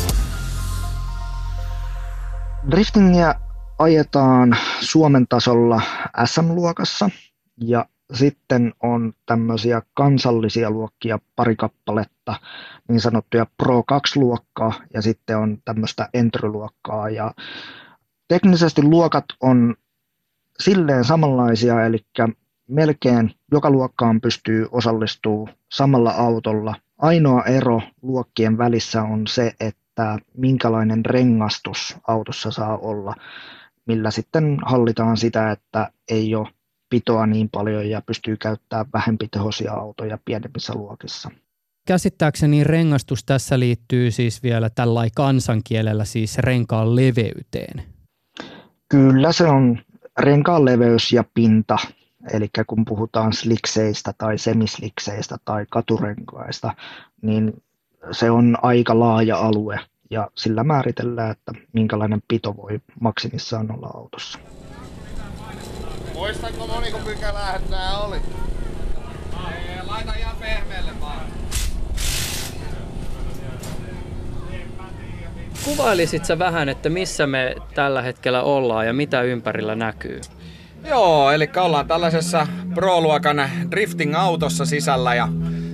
Driftingiä ajetaan Suomen tasolla SM-luokassa ja sitten on tämmöisiä kansallisia luokkia pari kappaletta, niin sanottuja Pro 2-luokkaa ja sitten on tämmöistä Entry-luokkaa. Ja teknisesti luokat on silleen samanlaisia, eli melkein joka luokkaan pystyy osallistumaan samalla autolla. Ainoa ero luokkien välissä on se, että minkälainen rengastus autossa saa olla, millä sitten hallitaan sitä, että ei ole pitoa niin paljon ja pystyy käyttämään vähempitehoisia autoja pienemmissä luokissa. Käsittääkseni rengastus tässä liittyy siis vielä tällainen kansankielellä siis renkaan leveyteen. Kyllä se on renkaan leveys ja pinta, eli kun puhutaan slikseistä tai semislikseistä tai katurenkaista, niin se on aika laaja alue ja sillä määritellään, että minkälainen pito voi maksimissaan olla autossa. Muistatko moniko pykälää nää oli? Laita ihan pehmeälle vaan. Kuvailisit sä vähän, että missä me tällä hetkellä ollaan ja mitä ympärillä näkyy? Joo, eli ollaan tällaisessa Pro-luokan drifting-autossa sisällä ja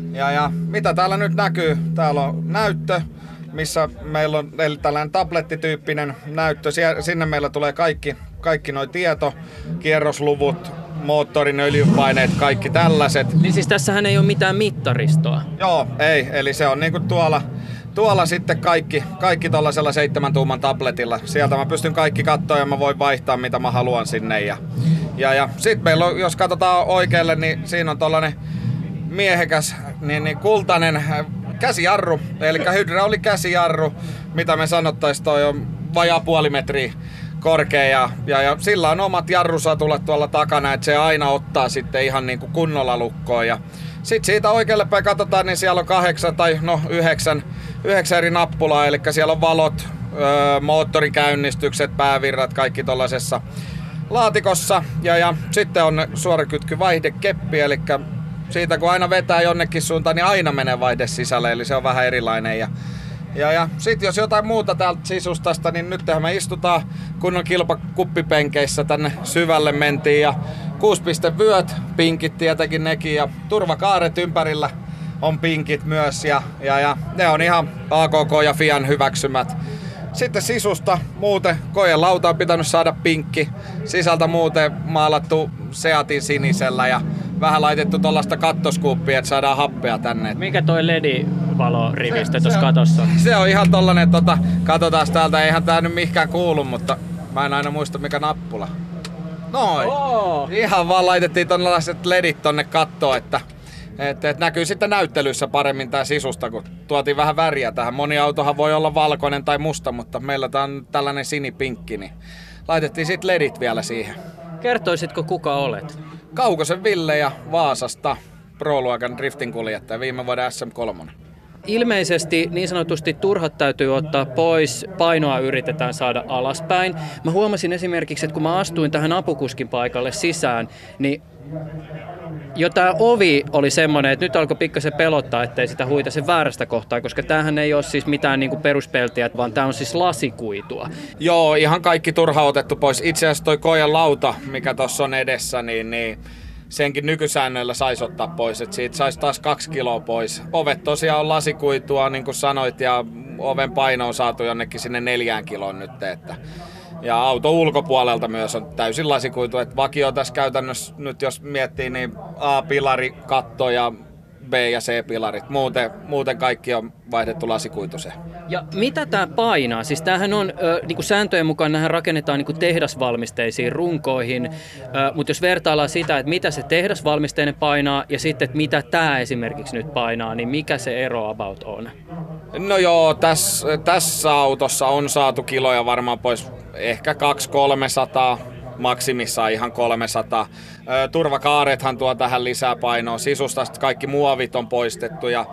mitä täällä nyt näkyy? Täällä on näyttö, missä meillä on tällainen tablettityyppinen näyttö. Sinne meillä tulee kaikki noi tieto, kierrosluvut, moottorin öljypaineet, kaikki tällaiset. Niin siis tässähän ei ole mitään mittaristoa? Joo, ei. Eli se on niinku tuolla sitten kaikki tollasella 7 tuuman tabletilla. Sieltä mä pystyn kaikki katsoa ja mä voin vaihtaa mitä mä haluan sinne. Ja sit meillä on, jos katsotaan oikealle, niin siinä on tollanen miehekäs, niin kultainen käsijarru, eli hydraulikäsijarru, mitä me sanottais, toi on vajaa puoli metriä korkea ja sillä on omat jarrusatulat tuolla takana, että se aina ottaa sitten ihan niin kuin kunnolla lukkoon. Ja sit siitä oikealle päin katsotaan, niin siellä on 8 tai 9 eri nappulaa, eli siellä on valot, moottorikäynnistykset, päävirrat, kaikki tollasessa laatikossa. Ja sitten on suorakytkyvaihdekeppi, eli siitä kun aina vetää jonnekin suuntaan, niin aina menee vaihde sisälle, eli se on vähän erilainen. Ja sit jos jotain muuta täältä sisustasta, niin nythän me istutaan kunnon kilpakuppipenkeissä tänne syvälle mentiin ja 6-pistevyöt, pinkit tietenkin nekin ja turvakaaret ympärillä on pinkit myös ja ne on ihan AKK ja FIAN hyväksymät. Sitten sisusta muuten kojelauta on pitänyt saada pinkki, sisältä muuten maalattu Seatin sinisellä ja vähän laitettu tuollaista kattoskuuppia, että saadaan happea tänne. Mikä toi LED-valorivistö tuossa katossa? Se on ihan tollanen, katsotaan täältä, eihän tää nyt mihinkään kuulu, mutta mä en aina muista mikä nappula. Noin. Ihan vaan laitettiin tällaiset LEDit tonne kattoon, että näkyy sitten näyttelyissä paremmin tää sisusta, kun tuotiin vähän väriä tähän. Moni autohan voi olla valkoinen tai musta, mutta meillä tää on tällainen sinipinkki, niin laitettiin sitten LEDit vielä siihen. Kertoisitko kuka olet? Kaukosen Ville ja Vaasasta Pro-luokan drifting-kuljettaja, viime vuoden SM3. Ilmeisesti niin sanotusti turhat täytyy ottaa pois, painoa yritetään saada alaspäin. Mä huomasin esimerkiksi, että kun mä astuin tähän apukuskin paikalle sisään, niin jo tää ovi oli semmonen, että nyt alkoi pikkasen pelottaa, ettei sitä huita sen väärästä kohtaa, koska tämähän ei ole siis mitään niinku peruspeltiä, vaan tää on siis lasikuitua. Joo, ihan kaikki turha otettu pois. Itse asiassa toi kojelauta, mikä tossa on edessä, niin senkin nykysäännöillä saisi ottaa pois, että siitä saisi taas 2 kiloa pois. Ovet tosiaan on lasikuitua, niin kuin sanoit, ja oven paino on saatu jonnekin sinne 4 kiloon nyt, että ja auto ulkopuolelta myös on täysin lasikuitu, että vakio tässä käytännössä nyt jos miettii, niin A-pilari, katto ja B- ja C-pilarit. Muuten kaikki on vaihdettu lasikuituseen. Ja mitä tää painaa? Siis tämähän on, niinku sääntöjen mukaan nämähän rakennetaan niinku tehdasvalmisteisiin runkoihin, mutta jos vertaillaan sitä, että mitä se tehdasvalmisteinen painaa ja sitten, että mitä tää esimerkiksi nyt painaa, niin mikä se ero about on? No joo, tässä autossa on saatu kiloja varmaan pois ehkä 200-300, maksimissaan ihan 300. Turvakaarethan tuo tähän lisää painoa. Sisusta kaikki muovit on poistettu ja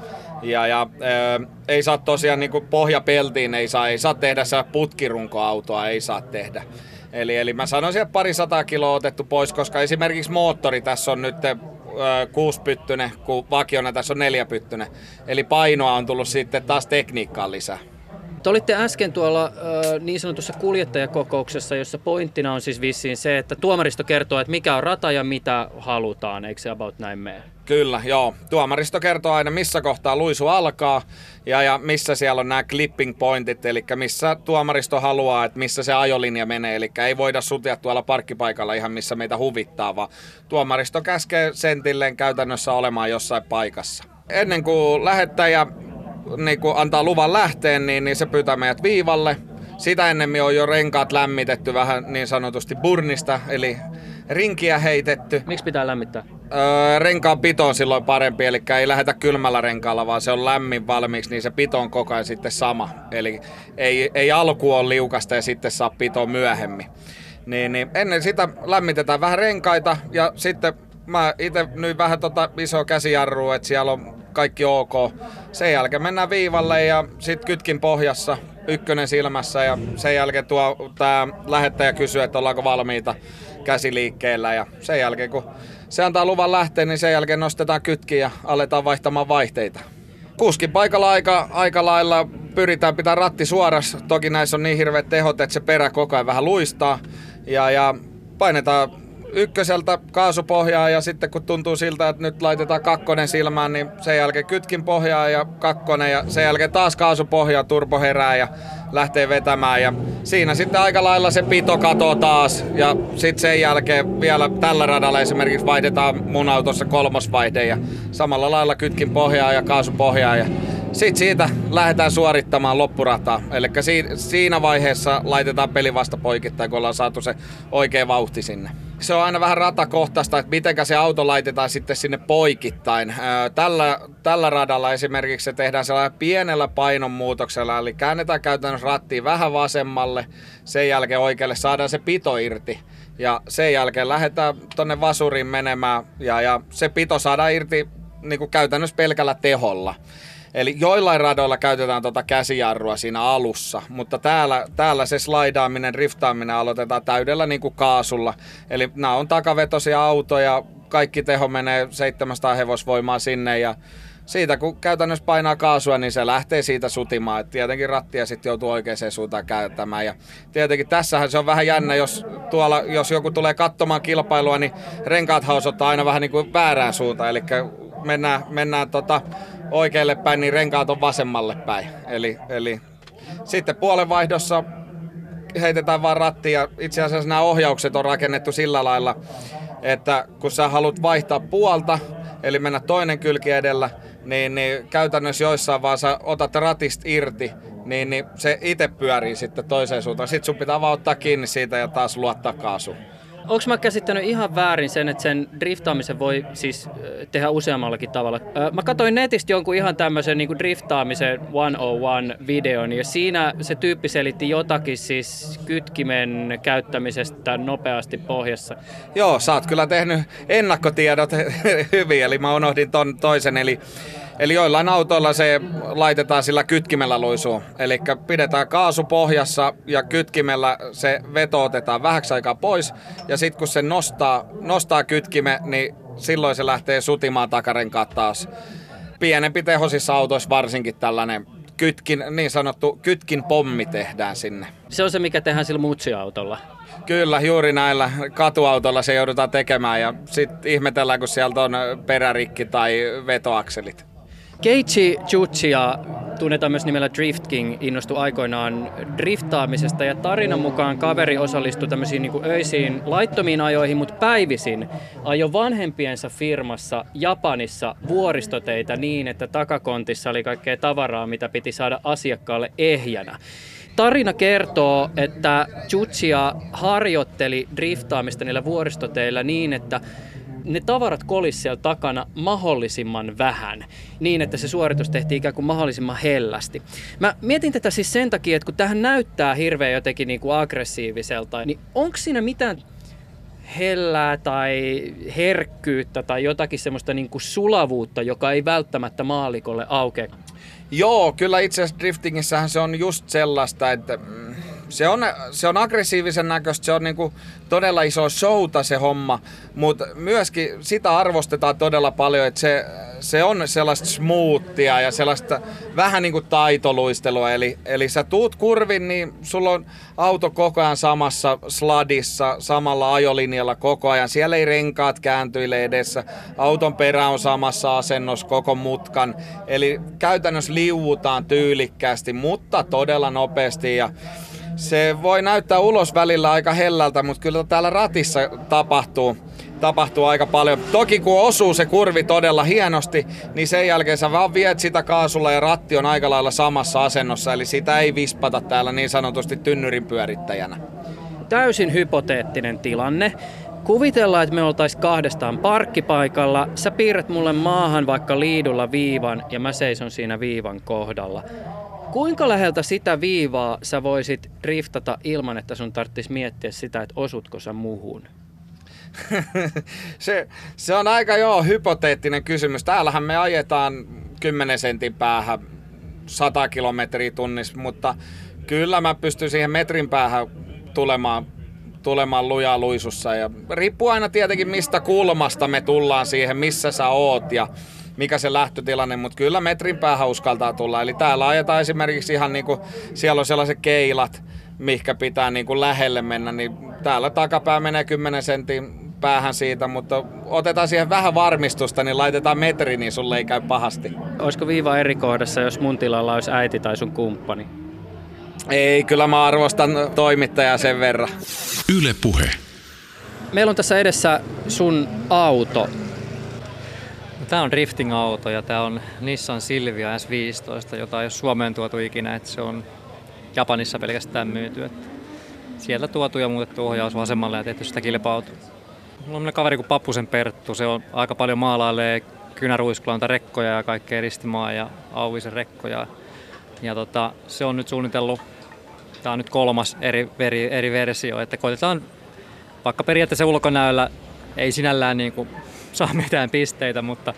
ei saa tosiaan niin kuin pohjapeltiin, ei saa tehdä se putkirunkoautoa, ei saa tehdä. Eli mä sanoisin, että 200 kiloa otettu pois, koska esimerkiksi moottori tässä on nyt 6-pyttynen, kun vakiona tässä on 4-pyttynen. Eli painoa on tullut sitten taas tekniikkaan lisää. Te olitte äsken tuolla niin sanotussa kuljettajakokouksessa, jossa pointtina on siis vissiin se, että tuomaristo kertoo, että mikä on rata ja mitä halutaan, eikö se about näin mene? Kyllä, joo. Tuomaristo kertoo aina, missä kohtaa luisu alkaa ja missä siellä on nämä clipping pointit, eli missä tuomaristo haluaa, että missä se ajolinja menee, eli ei voida sutia tuolla parkkipaikalla ihan missä meitä huvittaa, vaan tuomaristo käskee sentilleen käytännössä olemaan jossain paikassa. Ennen kuin lähettäjä niin kun antaa luvan lähteen, niin se pyytää meidät viivalle. Sitä ennemmin on jo renkaat lämmitetty vähän niin sanotusti burnista, eli rinkiä heitetty. Miksi pitää lämmittää? Renkaan pito on silloin parempi, eli ei lähetä kylmällä renkaalla, vaan se on lämmin valmiiksi, niin se pito on koko ajan sitten sama. Eli ei alku ole liukasta ja sitten saa pitoa myöhemmin. Niin ennen sitä lämmitetään vähän renkaita ja sitten mä itse nyt vähän isoa käsijarrua, että siellä on kaikki ok. Sen jälkeen mennään viivalle ja sitten kytkin pohjassa, 1 silmässä ja sen jälkeen tää lähettäjä kysyy, että ollaanko valmiita käsiliikkeellä ja sen jälkeen kun se antaa luvan lähteä, niin sen jälkeen nostetaan kytki ja aletaan vaihtamaan vaihteita. Kuskin paikalla aika lailla pyritään pitää ratti suorassa. Toki näissä on niin hirveät tehot, että se perä koko ajan vähän luistaa. Ja painetaan ykköseltä kaasupohjaa ja sitten kun tuntuu siltä, että nyt laitetaan kakkonen silmään, niin sen jälkeen kytkin pohjaa ja kakkonen ja sen jälkeen taas kaasupohjaa, turbo herää ja lähtee vetämään. Ja siinä sitten aika lailla se pito katoo taas ja sitten sen jälkeen vielä tällä radalla esimerkiksi vaihdetaan mun autossa kolmosvaihde ja samalla lailla kytkin pohjaa ja kaasupohjaa ja sitten siitä lähdetään suorittamaan loppurataa. Eli siinä vaiheessa laitetaan peli vasta poikittain, kun ollaan saatu se oikea vauhti sinne. Se on aina vähän ratakohtaista, että mitenkä se auto laitetaan sitten sinne poikittain. Tällä radalla esimerkiksi se tehdään sellainen pienellä painonmuutoksella, eli käännetään käytännössä rattiin vähän vasemmalle, sen jälkeen oikealle saadaan se pito irti. Ja sen jälkeen lähdetään tonne vasuriin menemään ja se pito saadaan irti niin kuin käytännössä pelkällä teholla. Eli joillain radoilla käytetään käsijarrua siinä alussa, mutta täällä se slaidaaminen, driftaaminen aloitetaan täydellä niin kuin kaasulla. Eli nämä on takavetoisia autoja, kaikki teho menee 700 hevosvoimaa sinne ja siitä kun käytännössä painaa kaasua, niin se lähtee siitä sutimaan. Et tietenkin rattia sitten joutuu oikeaan suuntaan käyttämään. Ja tietenkin tässähän se on vähän jännä, jos joku tulee katsomaan kilpailua, niin renkaat hausottaa aina vähän niin kuin väärään suuntaan. Eli mennään oikealle päin, niin renkaat on vasemmalle päin. Eli sitten puolenvaihdossa heitetään vaan ratti ja itse asiassa nämä ohjaukset on rakennettu sillä lailla, että kun sä haluat vaihtaa puolta, eli mennä toinen kylki edellä, niin käytännössä joissain vaan sä otat ratista irti, niin se itse pyörii sitten toiseen suuntaan. Sitten sun pitää vaan ottaa kiinni siitä ja taas luottaa kaasuun. Onko mä käsittänyt ihan väärin sen, että sen driftaamisen voi siis tehdä useammallakin tavalla? Mä katsoin netistä jonkun ihan tämmöisen niin kuin driftaamisen 101-videon, ja siinä se tyyppi selitti jotakin siis kytkimen käyttämisestä nopeasti pohjassa. Joo, sä oot kyllä tehnyt ennakkotiedot hyvin, eli mä unohdin ton toisen, Eli joillain autoilla se laitetaan sillä kytkimellä luisuun. Eli pidetään kaasu pohjassa ja kytkimellä se veto otetaan vähäksi aikaa pois. Ja sitten kun se nostaa kytkime, niin silloin se lähtee sutimaan takarenkaat taas. Pienempi tehosissa autoissa varsinkin tällainen niin sanottu kytkin pommi tehdään sinne. Se on se, mikä tehdään sillä mutsiautolla. Kyllä, juuri näillä katuautoilla se joudutaan tekemään ja sitten ihmetellään, kun sieltä on perärikki tai vetoakselit. Keiichi Tsuchiya, tunnetaan myös nimellä Drift King, innostui aikoinaan driftaamisesta ja tarinan mukaan kaveri osallistui tämmöisiin niin kuin öisiin laittomiin ajoihin, mutta päivisin ajoi vanhempiensa firmassa Japanissa vuoristoteitä niin, että takakontissa oli kaikkea tavaraa, mitä piti saada asiakkaalle ehjänä. Tarina kertoo, että Tsuchiya harjoitteli driftaamista niillä vuoristoteillä niin, että ne tavarat kolis siellä takana mahdollisimman vähän, niin että se suoritus tehtiin ikään kuin mahdollisimman hellästi. Mä mietin tätä siis sen takia, että kun tähän näyttää hirveän jotenkin niin kuin aggressiiviselta, niin onko siinä mitään hellää tai herkkyyttä tai jotakin semmoista niin kuin sulavuutta, joka ei välttämättä maallikolle aukea? Joo, kyllä itse asiassa driftingissähän se on just sellaista, että se on aggressiivisen näköistä, se on niinku todella iso showta se homma, mutta myöskin sitä arvostetaan todella paljon, että se on sellaista smoothia ja sellaista vähän niinku taitoluistelua, eli sä tuut kurvin, niin sulla on auto koko ajan samassa sladissa, samalla ajolinjalla koko ajan, siellä ei renkaat kääntyile edessä, auton perä on samassa asennossa koko mutkan, eli käytännössä liuutaan tyylikkäästi, mutta todella nopeasti ja se voi näyttää ulos välillä aika hellältä, mutta kyllä täällä ratissa tapahtuu aika paljon. Toki kun osuu se kurvi todella hienosti, niin sen jälkeen sä vaan viet sitä kaasulla ja ratti on aika lailla samassa asennossa, eli sitä ei vispata täällä niin sanotusti tynnyrin pyörittäjänä. Täysin hypoteettinen tilanne. Kuvitellaan, että me oltaisiin kahdestaan parkkipaikalla. Sä piirrät mulle maahan vaikka liidulla viivan ja mä seison siinä viivan kohdalla. Kuinka läheltä sitä viivaa sä voisit driftata ilman, että sun tarvitsisi miettiä sitä, että osutko sä muuhun? se on aika hypoteettinen kysymys. Täällähän me ajetaan 10 sentin päähän 100 kilometriä tunnissa, mutta kyllä mä pystyn siihen metrin päähän tulemaan lujaa luisussa. Ja riippuu aina tietenkin mistä kulmasta me tullaan siihen, missä sä oot ja mikä se lähtötilanne, mutta kyllä metrin päähän uskaltaa tulla. Eli täällä ajetaan esimerkiksi ihan niin kuin, siellä on sellaiset keilat, mihinkä pitää niin kuin lähelle mennä, niin täällä takapää menee 10 sentin päähän siitä, mutta otetaan siihen vähän varmistusta, niin laitetaan metri, niin sulle ei käy pahasti. Olisiko viiva eri kohdassa, jos mun tilalla olisi äiti tai sun kumppani? Ei, kyllä mä arvostan toimittajaa sen verran. Yle Puhe. Meillä on tässä edessä sun auto. Tämä on drifting-auto ja tämä on Nissan Silvia S15, jota ei ole Suomeen tuotu ikinä, että se on Japanissa pelkästään myyty. Sieltä tuotu ja muutettu ohjausasemalle ja tehty sitä kilpa-autoa. Mulla on kaveri kuin Pappusen Perttu, se on aika paljon maalailee kynäruiskulla rekkoja ja kaikkea ristimaa ja Auvisen rekkoja. Ja se on nyt suunnitellut, tämä on nyt 3. eri versio, että koitetaan, vaikka periaatteessa ulkonäöllä ei sinällään niin kuin saa mitään pisteitä, mutta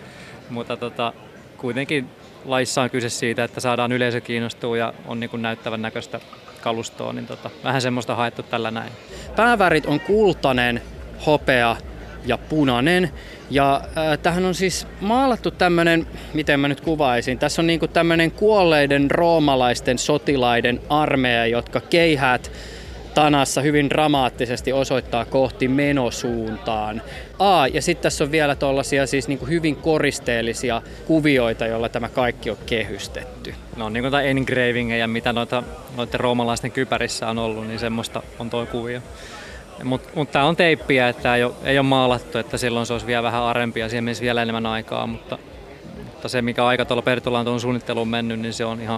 kuitenkin laissa on kyse siitä, että saadaan yleisö kiinnostua ja on niin kuin näyttävän näköistä kalustoa, niin vähän semmoista haettu tällä näin. Päävärit on kultainen, hopea ja punainen. Ja tähän on siis maalattu tämmönen, miten mä nyt kuvaisin, tässä on niinku tämmönen kuolleiden roomalaisten sotilaiden armeija, jotka keihäät tanassa hyvin dramaattisesti osoittaa kohti menosuuntaan. Ja sitten tässä on vielä tollaisia siis niinku hyvin koristeellisia kuvioita, joilla tämä kaikki on kehystetty. No on niinku engravingejä, mitä noiden roomalaisten kypärissä on ollut, niin semmoista on tuo kuvio. Mutta tämä on teippiä, että ei ole maalattu, että silloin se olisi vielä vähän arempi ja siihen menisi vielä enemmän aikaa, mutta se mikä aika tuolla Pertulla on tuon suunnitteluun mennyt, niin se on ihan,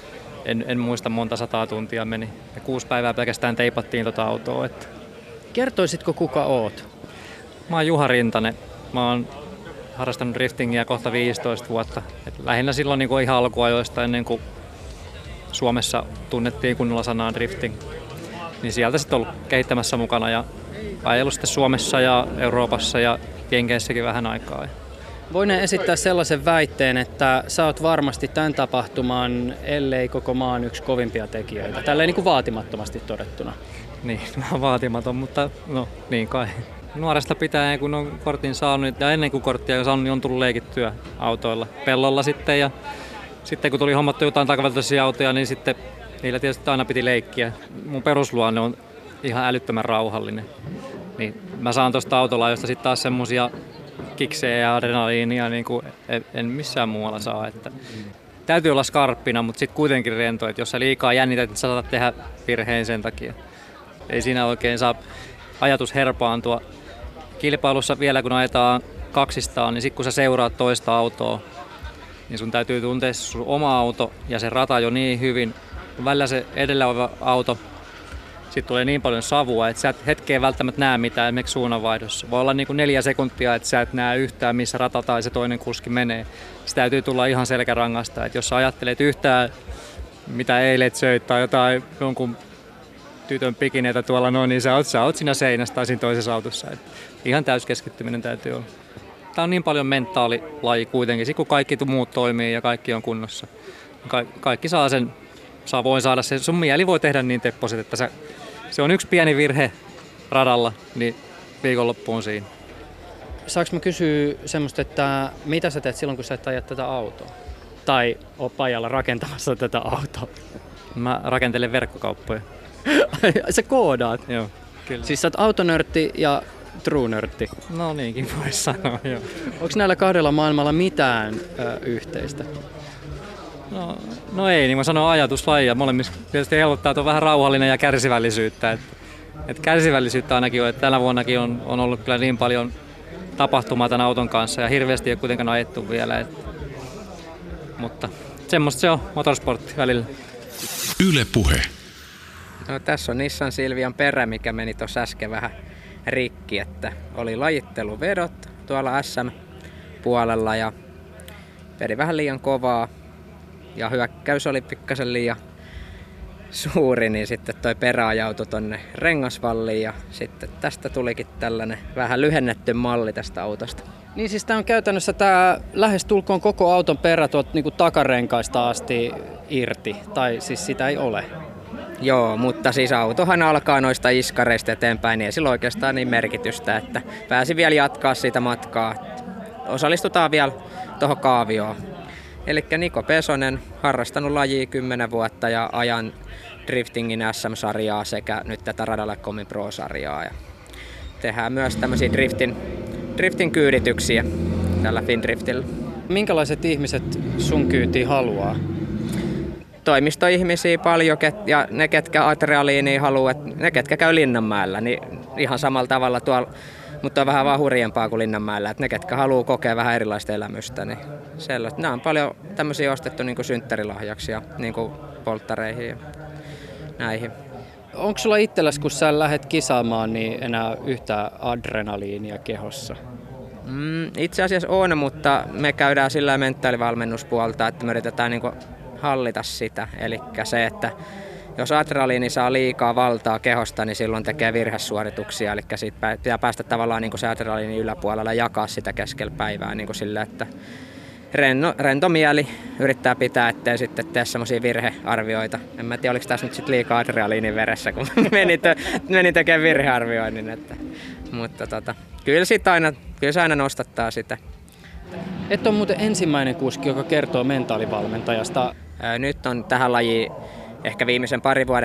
en muista monta 100 tuntia meni. Ja 6 päivää pelkästään teipattiin tuota autoa. Että. Kertoisitko kuka oot? Mä oon Juha Rintanen. Mä oon harrastanut driftingiä kohta 15 vuotta. Et lähinnä silloin niin kuin ihan alkuajoista ennen kuin Suomessa tunnettiin kunnolla sanaa drifting. Niin sieltä sitten ollut kehittämässä mukana ja ajellut sitten Suomessa ja Euroopassa ja Jenkeissäkin vähän aikaa. Voin esittää sellaisen väitteen, että sä oot varmasti tämän tapahtuman, ellei koko maan yksi kovimpia tekijöitä. Tälleen niin kuin vaatimattomasti todettuna. Niin, mä oon vaatimaton, mutta no niin kai. Nuoresta pitäen, kun on kortin saanut ja ennen kuin korttia on saanut, niin on tullut leikittyä autoilla. Pellolla sitten ja sitten kun tuli hommattu jotain takaveltoisia autoja, niin sitten niillä tietysti aina piti leikkiä. Mun perusluonne on ihan älyttömän rauhallinen. Niin mä saan tosta autolaajosta sitten taas semmosia kiksejä ja adrenaliinia niin kuin en missään muualla saa. Että täytyy olla skarppina, mutta sitten kuitenkin rento, että jos sä liikaa jännität, niin sä saatat tehdä virheen sen takia. Ei siinä oikein saa ajatus herpaantua. Kilpailussa vielä kun ajetaan kaksistaan, niin sitten kun sä seuraat toista autoa, niin sun täytyy tuntea sun oma auto ja se rata jo niin hyvin. Välillä se edellä oleva auto, sitten tulee niin paljon savua, että sä et hetkeen välttämättä näe mitään esimerkiksi suunnanvaihdossa. Voi olla niin kuin 4 sekuntia, että sä et näe yhtään, missä rata tai se toinen kuski menee. Se täytyy tulla ihan selkärangasta. Että jos sä ajattelet yhtään, mitä eilet söit tai jotain jonkun tytön pikineitä tuolla noin, niin sä oot siinä seinässä tai siinä toisessa autossa. Et ihan täyskeskittyminen täytyy olla. Tää on niin paljon mentaalilaji kuitenkin. Sitten kun kaikki muut toimii ja kaikki on kunnossa, kaikki saa sen. Voi saada sen, sun mieli voi tehdä niin tepposet, että se on yksi pieni virhe radalla, niin viikonloppu on siinä. Saanko mä kysyä semmoista, että mitä sä teet silloin, kun sä et aja tätä autoa? Tai oot pajalla rakentamassa tätä autoa? Mä rakentelen verkkokauppoja. Sä koodaat? Joo, kyllä. Siis sä oot autonörtti ja true-nörtti? No niinkin voisi sanoa, joo. Onko näillä kahdella maailmalla mitään yhteistä? No ei, niin mä sanon ajatuslajia. Molemmissa tietysti helpottaa, että on vähän rauhallinen ja kärsivällisyyttä. Et kärsivällisyyttä ainakin on, että tänä vuonnakin on ollut kyllä niin paljon tapahtumaa tämän auton kanssa ja hirveästi ei ole kuitenkaan ajettu vielä. Mutta semmoista se on motorsportti välillä. Yle Puhe. No, tässä on Nissan Silvian perä, mikä meni tuossa äsken vähän rikki, että oli lajitteluvedot tuolla SM-puolella ja veri vähän liian kovaa. Ja hyökkäys oli pikkasen liian suuri, niin sitten toi perä ajautui tonne rengasvalliin ja sitten tästä tulikin tällainen vähän lyhennetty malli tästä autosta. Niin siis tää on käytännössä tää lähestulkoon koko auton perä tuolta niinku takarenkaista asti irti, tai siis sitä ei ole. Joo, mutta siis autohan alkaa noista iskareista eteenpäin, niin ei sillä oikeastaan niin merkitystä, että pääsi vielä jatkaa siitä matkaa. osallistutaan vielä tuohon kaavioon. Eli Niko Pesonen, harrastanut lajia 10 vuotta ja ajan driftingin SM-sarjaa sekä nyt tätä Radallecomin Pro-sarjaa. Ja tehdään myös tämmöisiä driftin kyydityksiä tällä Findriftillä. Minkälaiset ihmiset sun kyytiin haluaa? Toimistoihmisiä paljon ja ne, ketkä adrenaliinia haluaa, ne, ketkä käy Linnanmäellä, niin ihan samalla tavalla tuolla, mutta on vähän vaan hurjempaa kuin Linnanmäellä, että ne, ketkä haluaa kokea vähän erilaista elämystä, niin sellaista. Nämä on paljon tämmöisiä ostettu niin kuin synttärilahjaksi ja niin kuin polttareihin ja näihin. Onko sulla itselläsi, kun sä lähdet kisaamaan, niin enää yhtään adrenaliinia kehossa? Itse asiassa on, mutta me käydään sillä mentaalivalmennuspuolta, että me yritetään niin kuin hallita sitä. Eli se, että jos adrenaliini saa liikaa valtaa kehosta, niin silloin tekee virhesuorituksia. Eli siitä pitää päästä tavallaan niin kuin se adrenaliini yläpuolella ja jakaa sitä keskellä päivää niin kuin sillä, että rento mieli yrittää pitää, ettei sitten tee semmoisia virhearvioita. En mä tiedä, oliko tässä nyt sitten liikaa adrenaliinin veressä, kun meni tekemään virhearvioinnin. Mutta kyllä se aina nostattaa sitä. Et ole muuten ensimmäinen kuski, joka kertoo mentaalivalmentajasta. Nyt on tähän lajiin ehkä viimeisen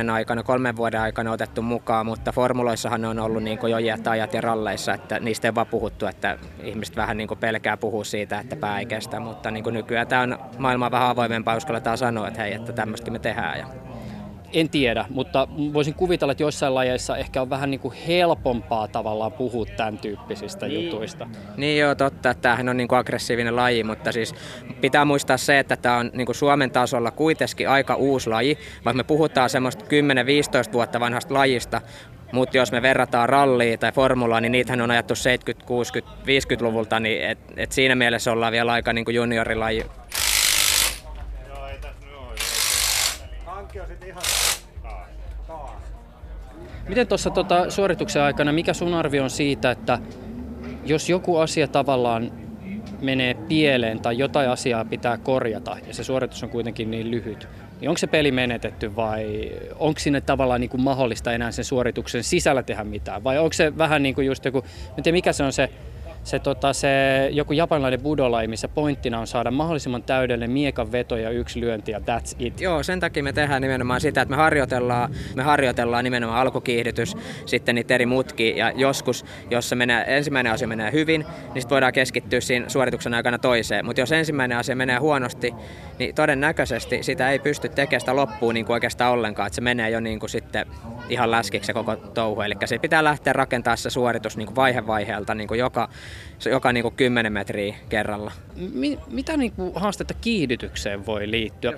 3 vuoden aikana otettu mukaan, mutta formuloissahan ne on ollut niin kuin jo iät ajat ja ralleissa, että niistä ei vaan puhuttu, että ihmiset vähän niin kuin pelkää puhua siitä, että pää ei kestä, mutta niin kuin nykyään tämä on maailman vähän avoimempaa, uskalletaan sanoa, että hei, että tämmöistä me tehdään. En tiedä, mutta voisin kuvitella, että joissain lajeissa ehkä on vähän niin kuin helpompaa tavallaan puhua tämän tyyppisistä jutuista. Niin joo, totta, että tämähän on niin kuin aggressiivinen laji, mutta siis pitää muistaa se, että tämä on niin kuin Suomen tasolla kuitenkin aika uusi laji, vaikka me puhutaan semmoista 10-15 vuotta vanhasta lajista, mutta jos me verrataan rallia tai formulaa, niin niitähän on ajattu 70-, 60-, 50-luvulta, niin et siinä mielessä ollaan vielä aika niin kuin juniorilaji. Miten tuossa suorituksen aikana, mikä sun arvio on siitä, että jos joku asia tavallaan menee pieleen tai jotain asiaa pitää korjata ja se suoritus on kuitenkin niin lyhyt, niin onko se peli menetetty vai onko sinne tavallaan niin kuin mahdollista enää sen suorituksen sisällä tehdä mitään? Vai onko se vähän niin kuin just joku, en tiedä mikä se on se joku japanilainen budolaji, missä pointtina on saada mahdollisimman täydellinen miekan veto ja yksi lyönti ja that's it. Joo, sen takia me tehdään nimenomaan sitä, että me harjoitellaan nimenomaan alkukiihdytys, sitten niitä eri mutkia ja joskus, jos ensimmäinen asia menee hyvin, niin sitten voidaan keskittyä siinä suorituksen aikana toiseen. Mutta jos ensimmäinen asia menee huonosti, niin todennäköisesti sitä ei pysty tekemään sitä loppuun niin kuin oikeastaan ollenkaan, että se menee jo niin kuin sitten ihan läskiksi se koko touhu. Eli se pitää lähteä rakentamaan se suoritus niin kuin vaiheelta niin kuin joka niin kuin 10 metriä kerralla. Mitä niin kuin haastetta kiihdytykseen voi liittyä?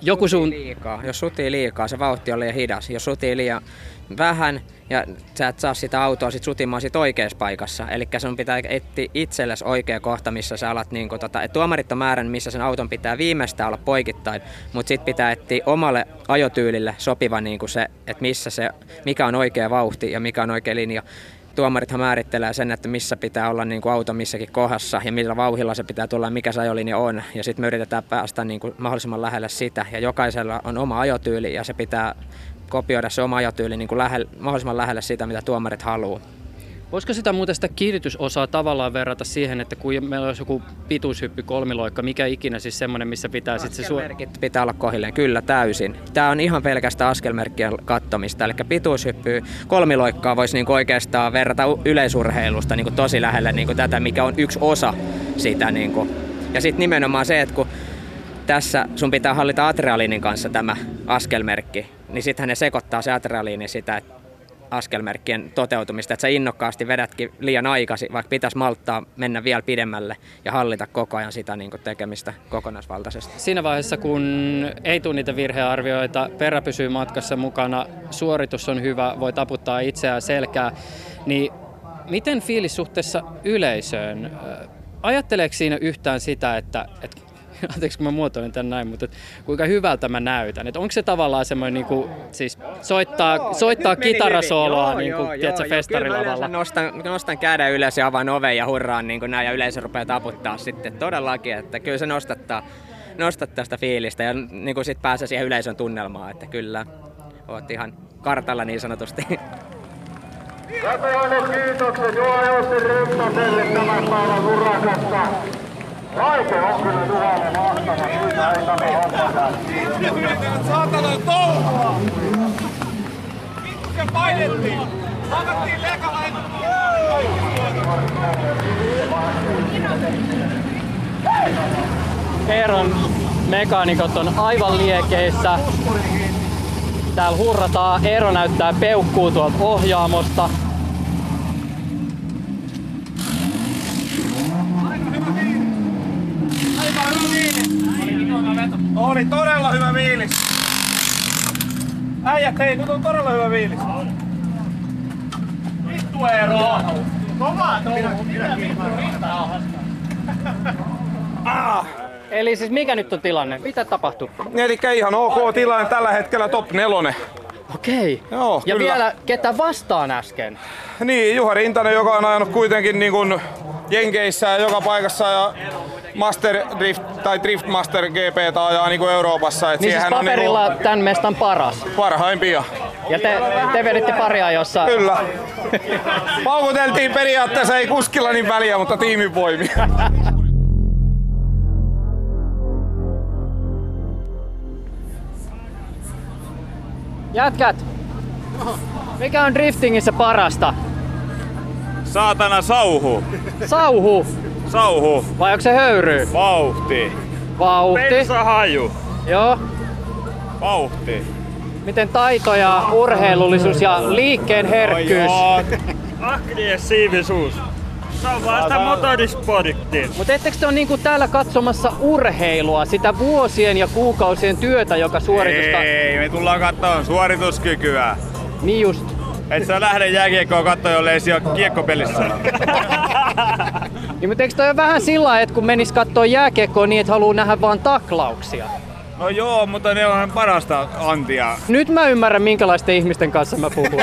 Jos sutii liikaa, se vauhti on liian hidas. Jos sutii liian vähän ja sä et saa sitä autoa sutimaan oikeassa paikassa. Eli sun pitää etsiä itsellesi oikea kohta, missä sä alat, niin kuin, tuomarit on määrännyt, missä sen auton pitää viimeistään olla poikittain, mutta sit pitää etsiä omalle ajotyylille sopiva niin kuin se, että mikä on oikea vauhti ja mikä on oikea linja. Tuomarithan määrittelee sen, että missä pitää olla niin kuin auto missäkin kohdassa ja millä vauhdilla se pitää tulla ja mikä se ajolinja on. Ja sitten me yritetään päästä niin kuin mahdollisimman lähelle sitä ja jokaisella on oma ajotyyli ja se pitää kopioida se oma ajotyyli niin kuin mahdollisimman lähelle sitä, mitä tuomarit haluaa. Voisiko sitä kiihdytysosaa tavallaan verrata siihen, että kun meillä olisi joku pituushyppy, kolmiloikka, mikä ikinä siis semmoinen, missä pitää sitten se askelmerkit pitää olla kohdilleen, kyllä täysin. Tämä on ihan pelkästään askelmerkkien kattomista, eli pituushyppy, kolmiloikkaa voisi niinku oikeastaan verrata yleisurheilusta niinku tosi lähelle niinku tätä, mikä on yksi osa sitä. Niinku. Ja sitten nimenomaan se, että kun tässä sun pitää hallita adrenaliinin kanssa tämä askelmerkki, niin sittenhän ne sekoittaa se adrenaliini sitä, askelmerkkien toteutumista, että sä innokkaasti vedätkin liian aikaisin, vaikka pitäisi malttaa mennä vielä pidemmälle ja hallita koko ajan sitä niin kuin tekemistä kokonaisvaltaisesti. Siinä vaiheessa, kun ei tule niitä virhearvioita, perä pysyy matkassa mukana, suoritus on hyvä, voi taputtaa itseään selkää, niin miten fiilis suhteessa yleisöön? Ajatteleeko siinä yhtään sitä, että anteeksi kun mä muotoilen tän näin, mutta kuinka hyvältä mä näytän. Et onko se tavallaan semmoinen niinku, siis soittaa kitarasooloa niinku, festarilavalla? Nostan käden ylös ja avaan oven ja hurraan niin näin ja yleisö rupeaa taputtaa sitten todellakin, että kyllä se nostattaa sitä fiilistä ja niin sit pääsee siihen yleisön tunnelmaan, että kyllä oot ihan kartalla niin sanotusti. Kiitokset Juha Jussi Rintaselle tämän päivän urakasta. Raike on kyllä Juhalle mahtava, siitä ei sano hommata. Saatana touhua! Pikkusen painettiin! Hakattiin lekalla Eeron mekaanikot on aivan liekeissä. Täällä hurrataan, Eero näyttää peukkuu tuolta ohjaamosta. Oli todella hyvä fiilis. Äijät, hei, nyt on todella hyvä fiilis. Vittu Eero! Kovaa Eli siis mikä nyt on tilanne? Mitä tapahtuu? Elikkä ihan ok tilanne tällä hetkellä top 4. Okei. Joo, ja kyllä. vielä ketä vastaan äsken? Niin, Juha Rintanen, joka on ajanut kuitenkin niin kuin Jenkeissä ja joka paikassa ja Master Drift tai Drift Master GP:tä ajaa niin kuin Euroopassa. Et niin siis paperilla on niin kuin tämän mestan paras? Parhaimpia. Ja te veditte paria jossa... Kyllä. Paukuteltiin periaatteessa, ei kuskilla niin väliä, mutta tiimin voimia. Jätkät, mikä on driftingissä parasta? Saatana sauhu. Sauhu? Sauhu. Vai onko se höyry? Vauhti. Vauhti. Bensahaju. Joo. Vauhti. Miten taito ja urheilullisuus ja liikkeen herkkyys? Aggressiivisuus. Se on vasta motorisportti. Mutta ettekö te ole niinku täällä katsomassa urheilua, sitä vuosien ja kuukausien työtä, joka suoritusta... Ei, me tullaan katsomaan suorituskykyä. Niin just. Et sä lähde jääkiekkoon katsoa, jolle ei ole kiekkopelissä. Niin, mutta eikö toi ole vähän sillä, että kun menis kattoo jääkiekkoa niin, että haluu nähdä vaan taklauksia? No joo, mutta ne on parasta antia. Nyt mä ymmärrän, minkälaisten ihmisten kanssa mä puhun.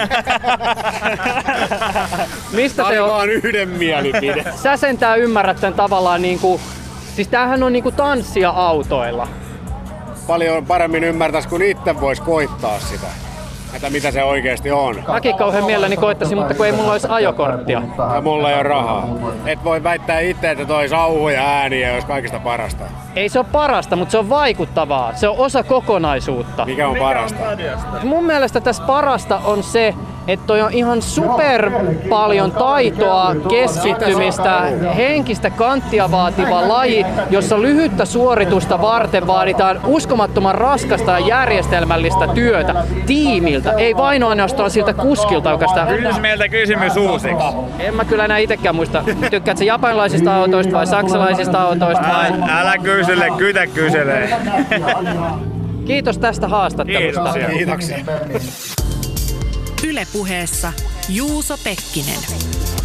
Mistä se on? Vaan yhden mielipide. Sä sentään ymmärrät tän tavallaan niinku... Siis tämähän on niinku tanssia autoilla. Paljon paremmin ymmärtäis, kun itse vois koittaa sitä. Että mitä se oikeesti on. Mäkin kauhean mielelläni koittaisin, mutta kun ei mulla olisi ajokorttia. Ja mulla ei ole rahaa. Et voi väittää itse, että toi sauhu ja ääniä olisi kaikista parasta. Ei se ole parasta, mutta se on vaikuttavaa. Se on osa kokonaisuutta. Mikä on parasta? Mun mielestä tässä parasta on se, että toi on ihan super paljon taitoa, keskittymistä, henkistä kanttia vaativa laji, jossa lyhyttä suoritusta varten vaaditaan uskomattoman raskasta ja järjestelmällistä työtä tiimiltä, ei vain ainoastaan siltä kuskilta, joka sitä... Kysymys meiltä kysymys uusiksi. En mä kyllä enää itekään muista. Tykkäätkö japanilaisista autoista vai saksalaisista autoista vai... Älä kysele, kytä kyselee. Kiitos tästä haastattelusta. Kiitoksia. Yle Puheessa Juuso Pekkinen.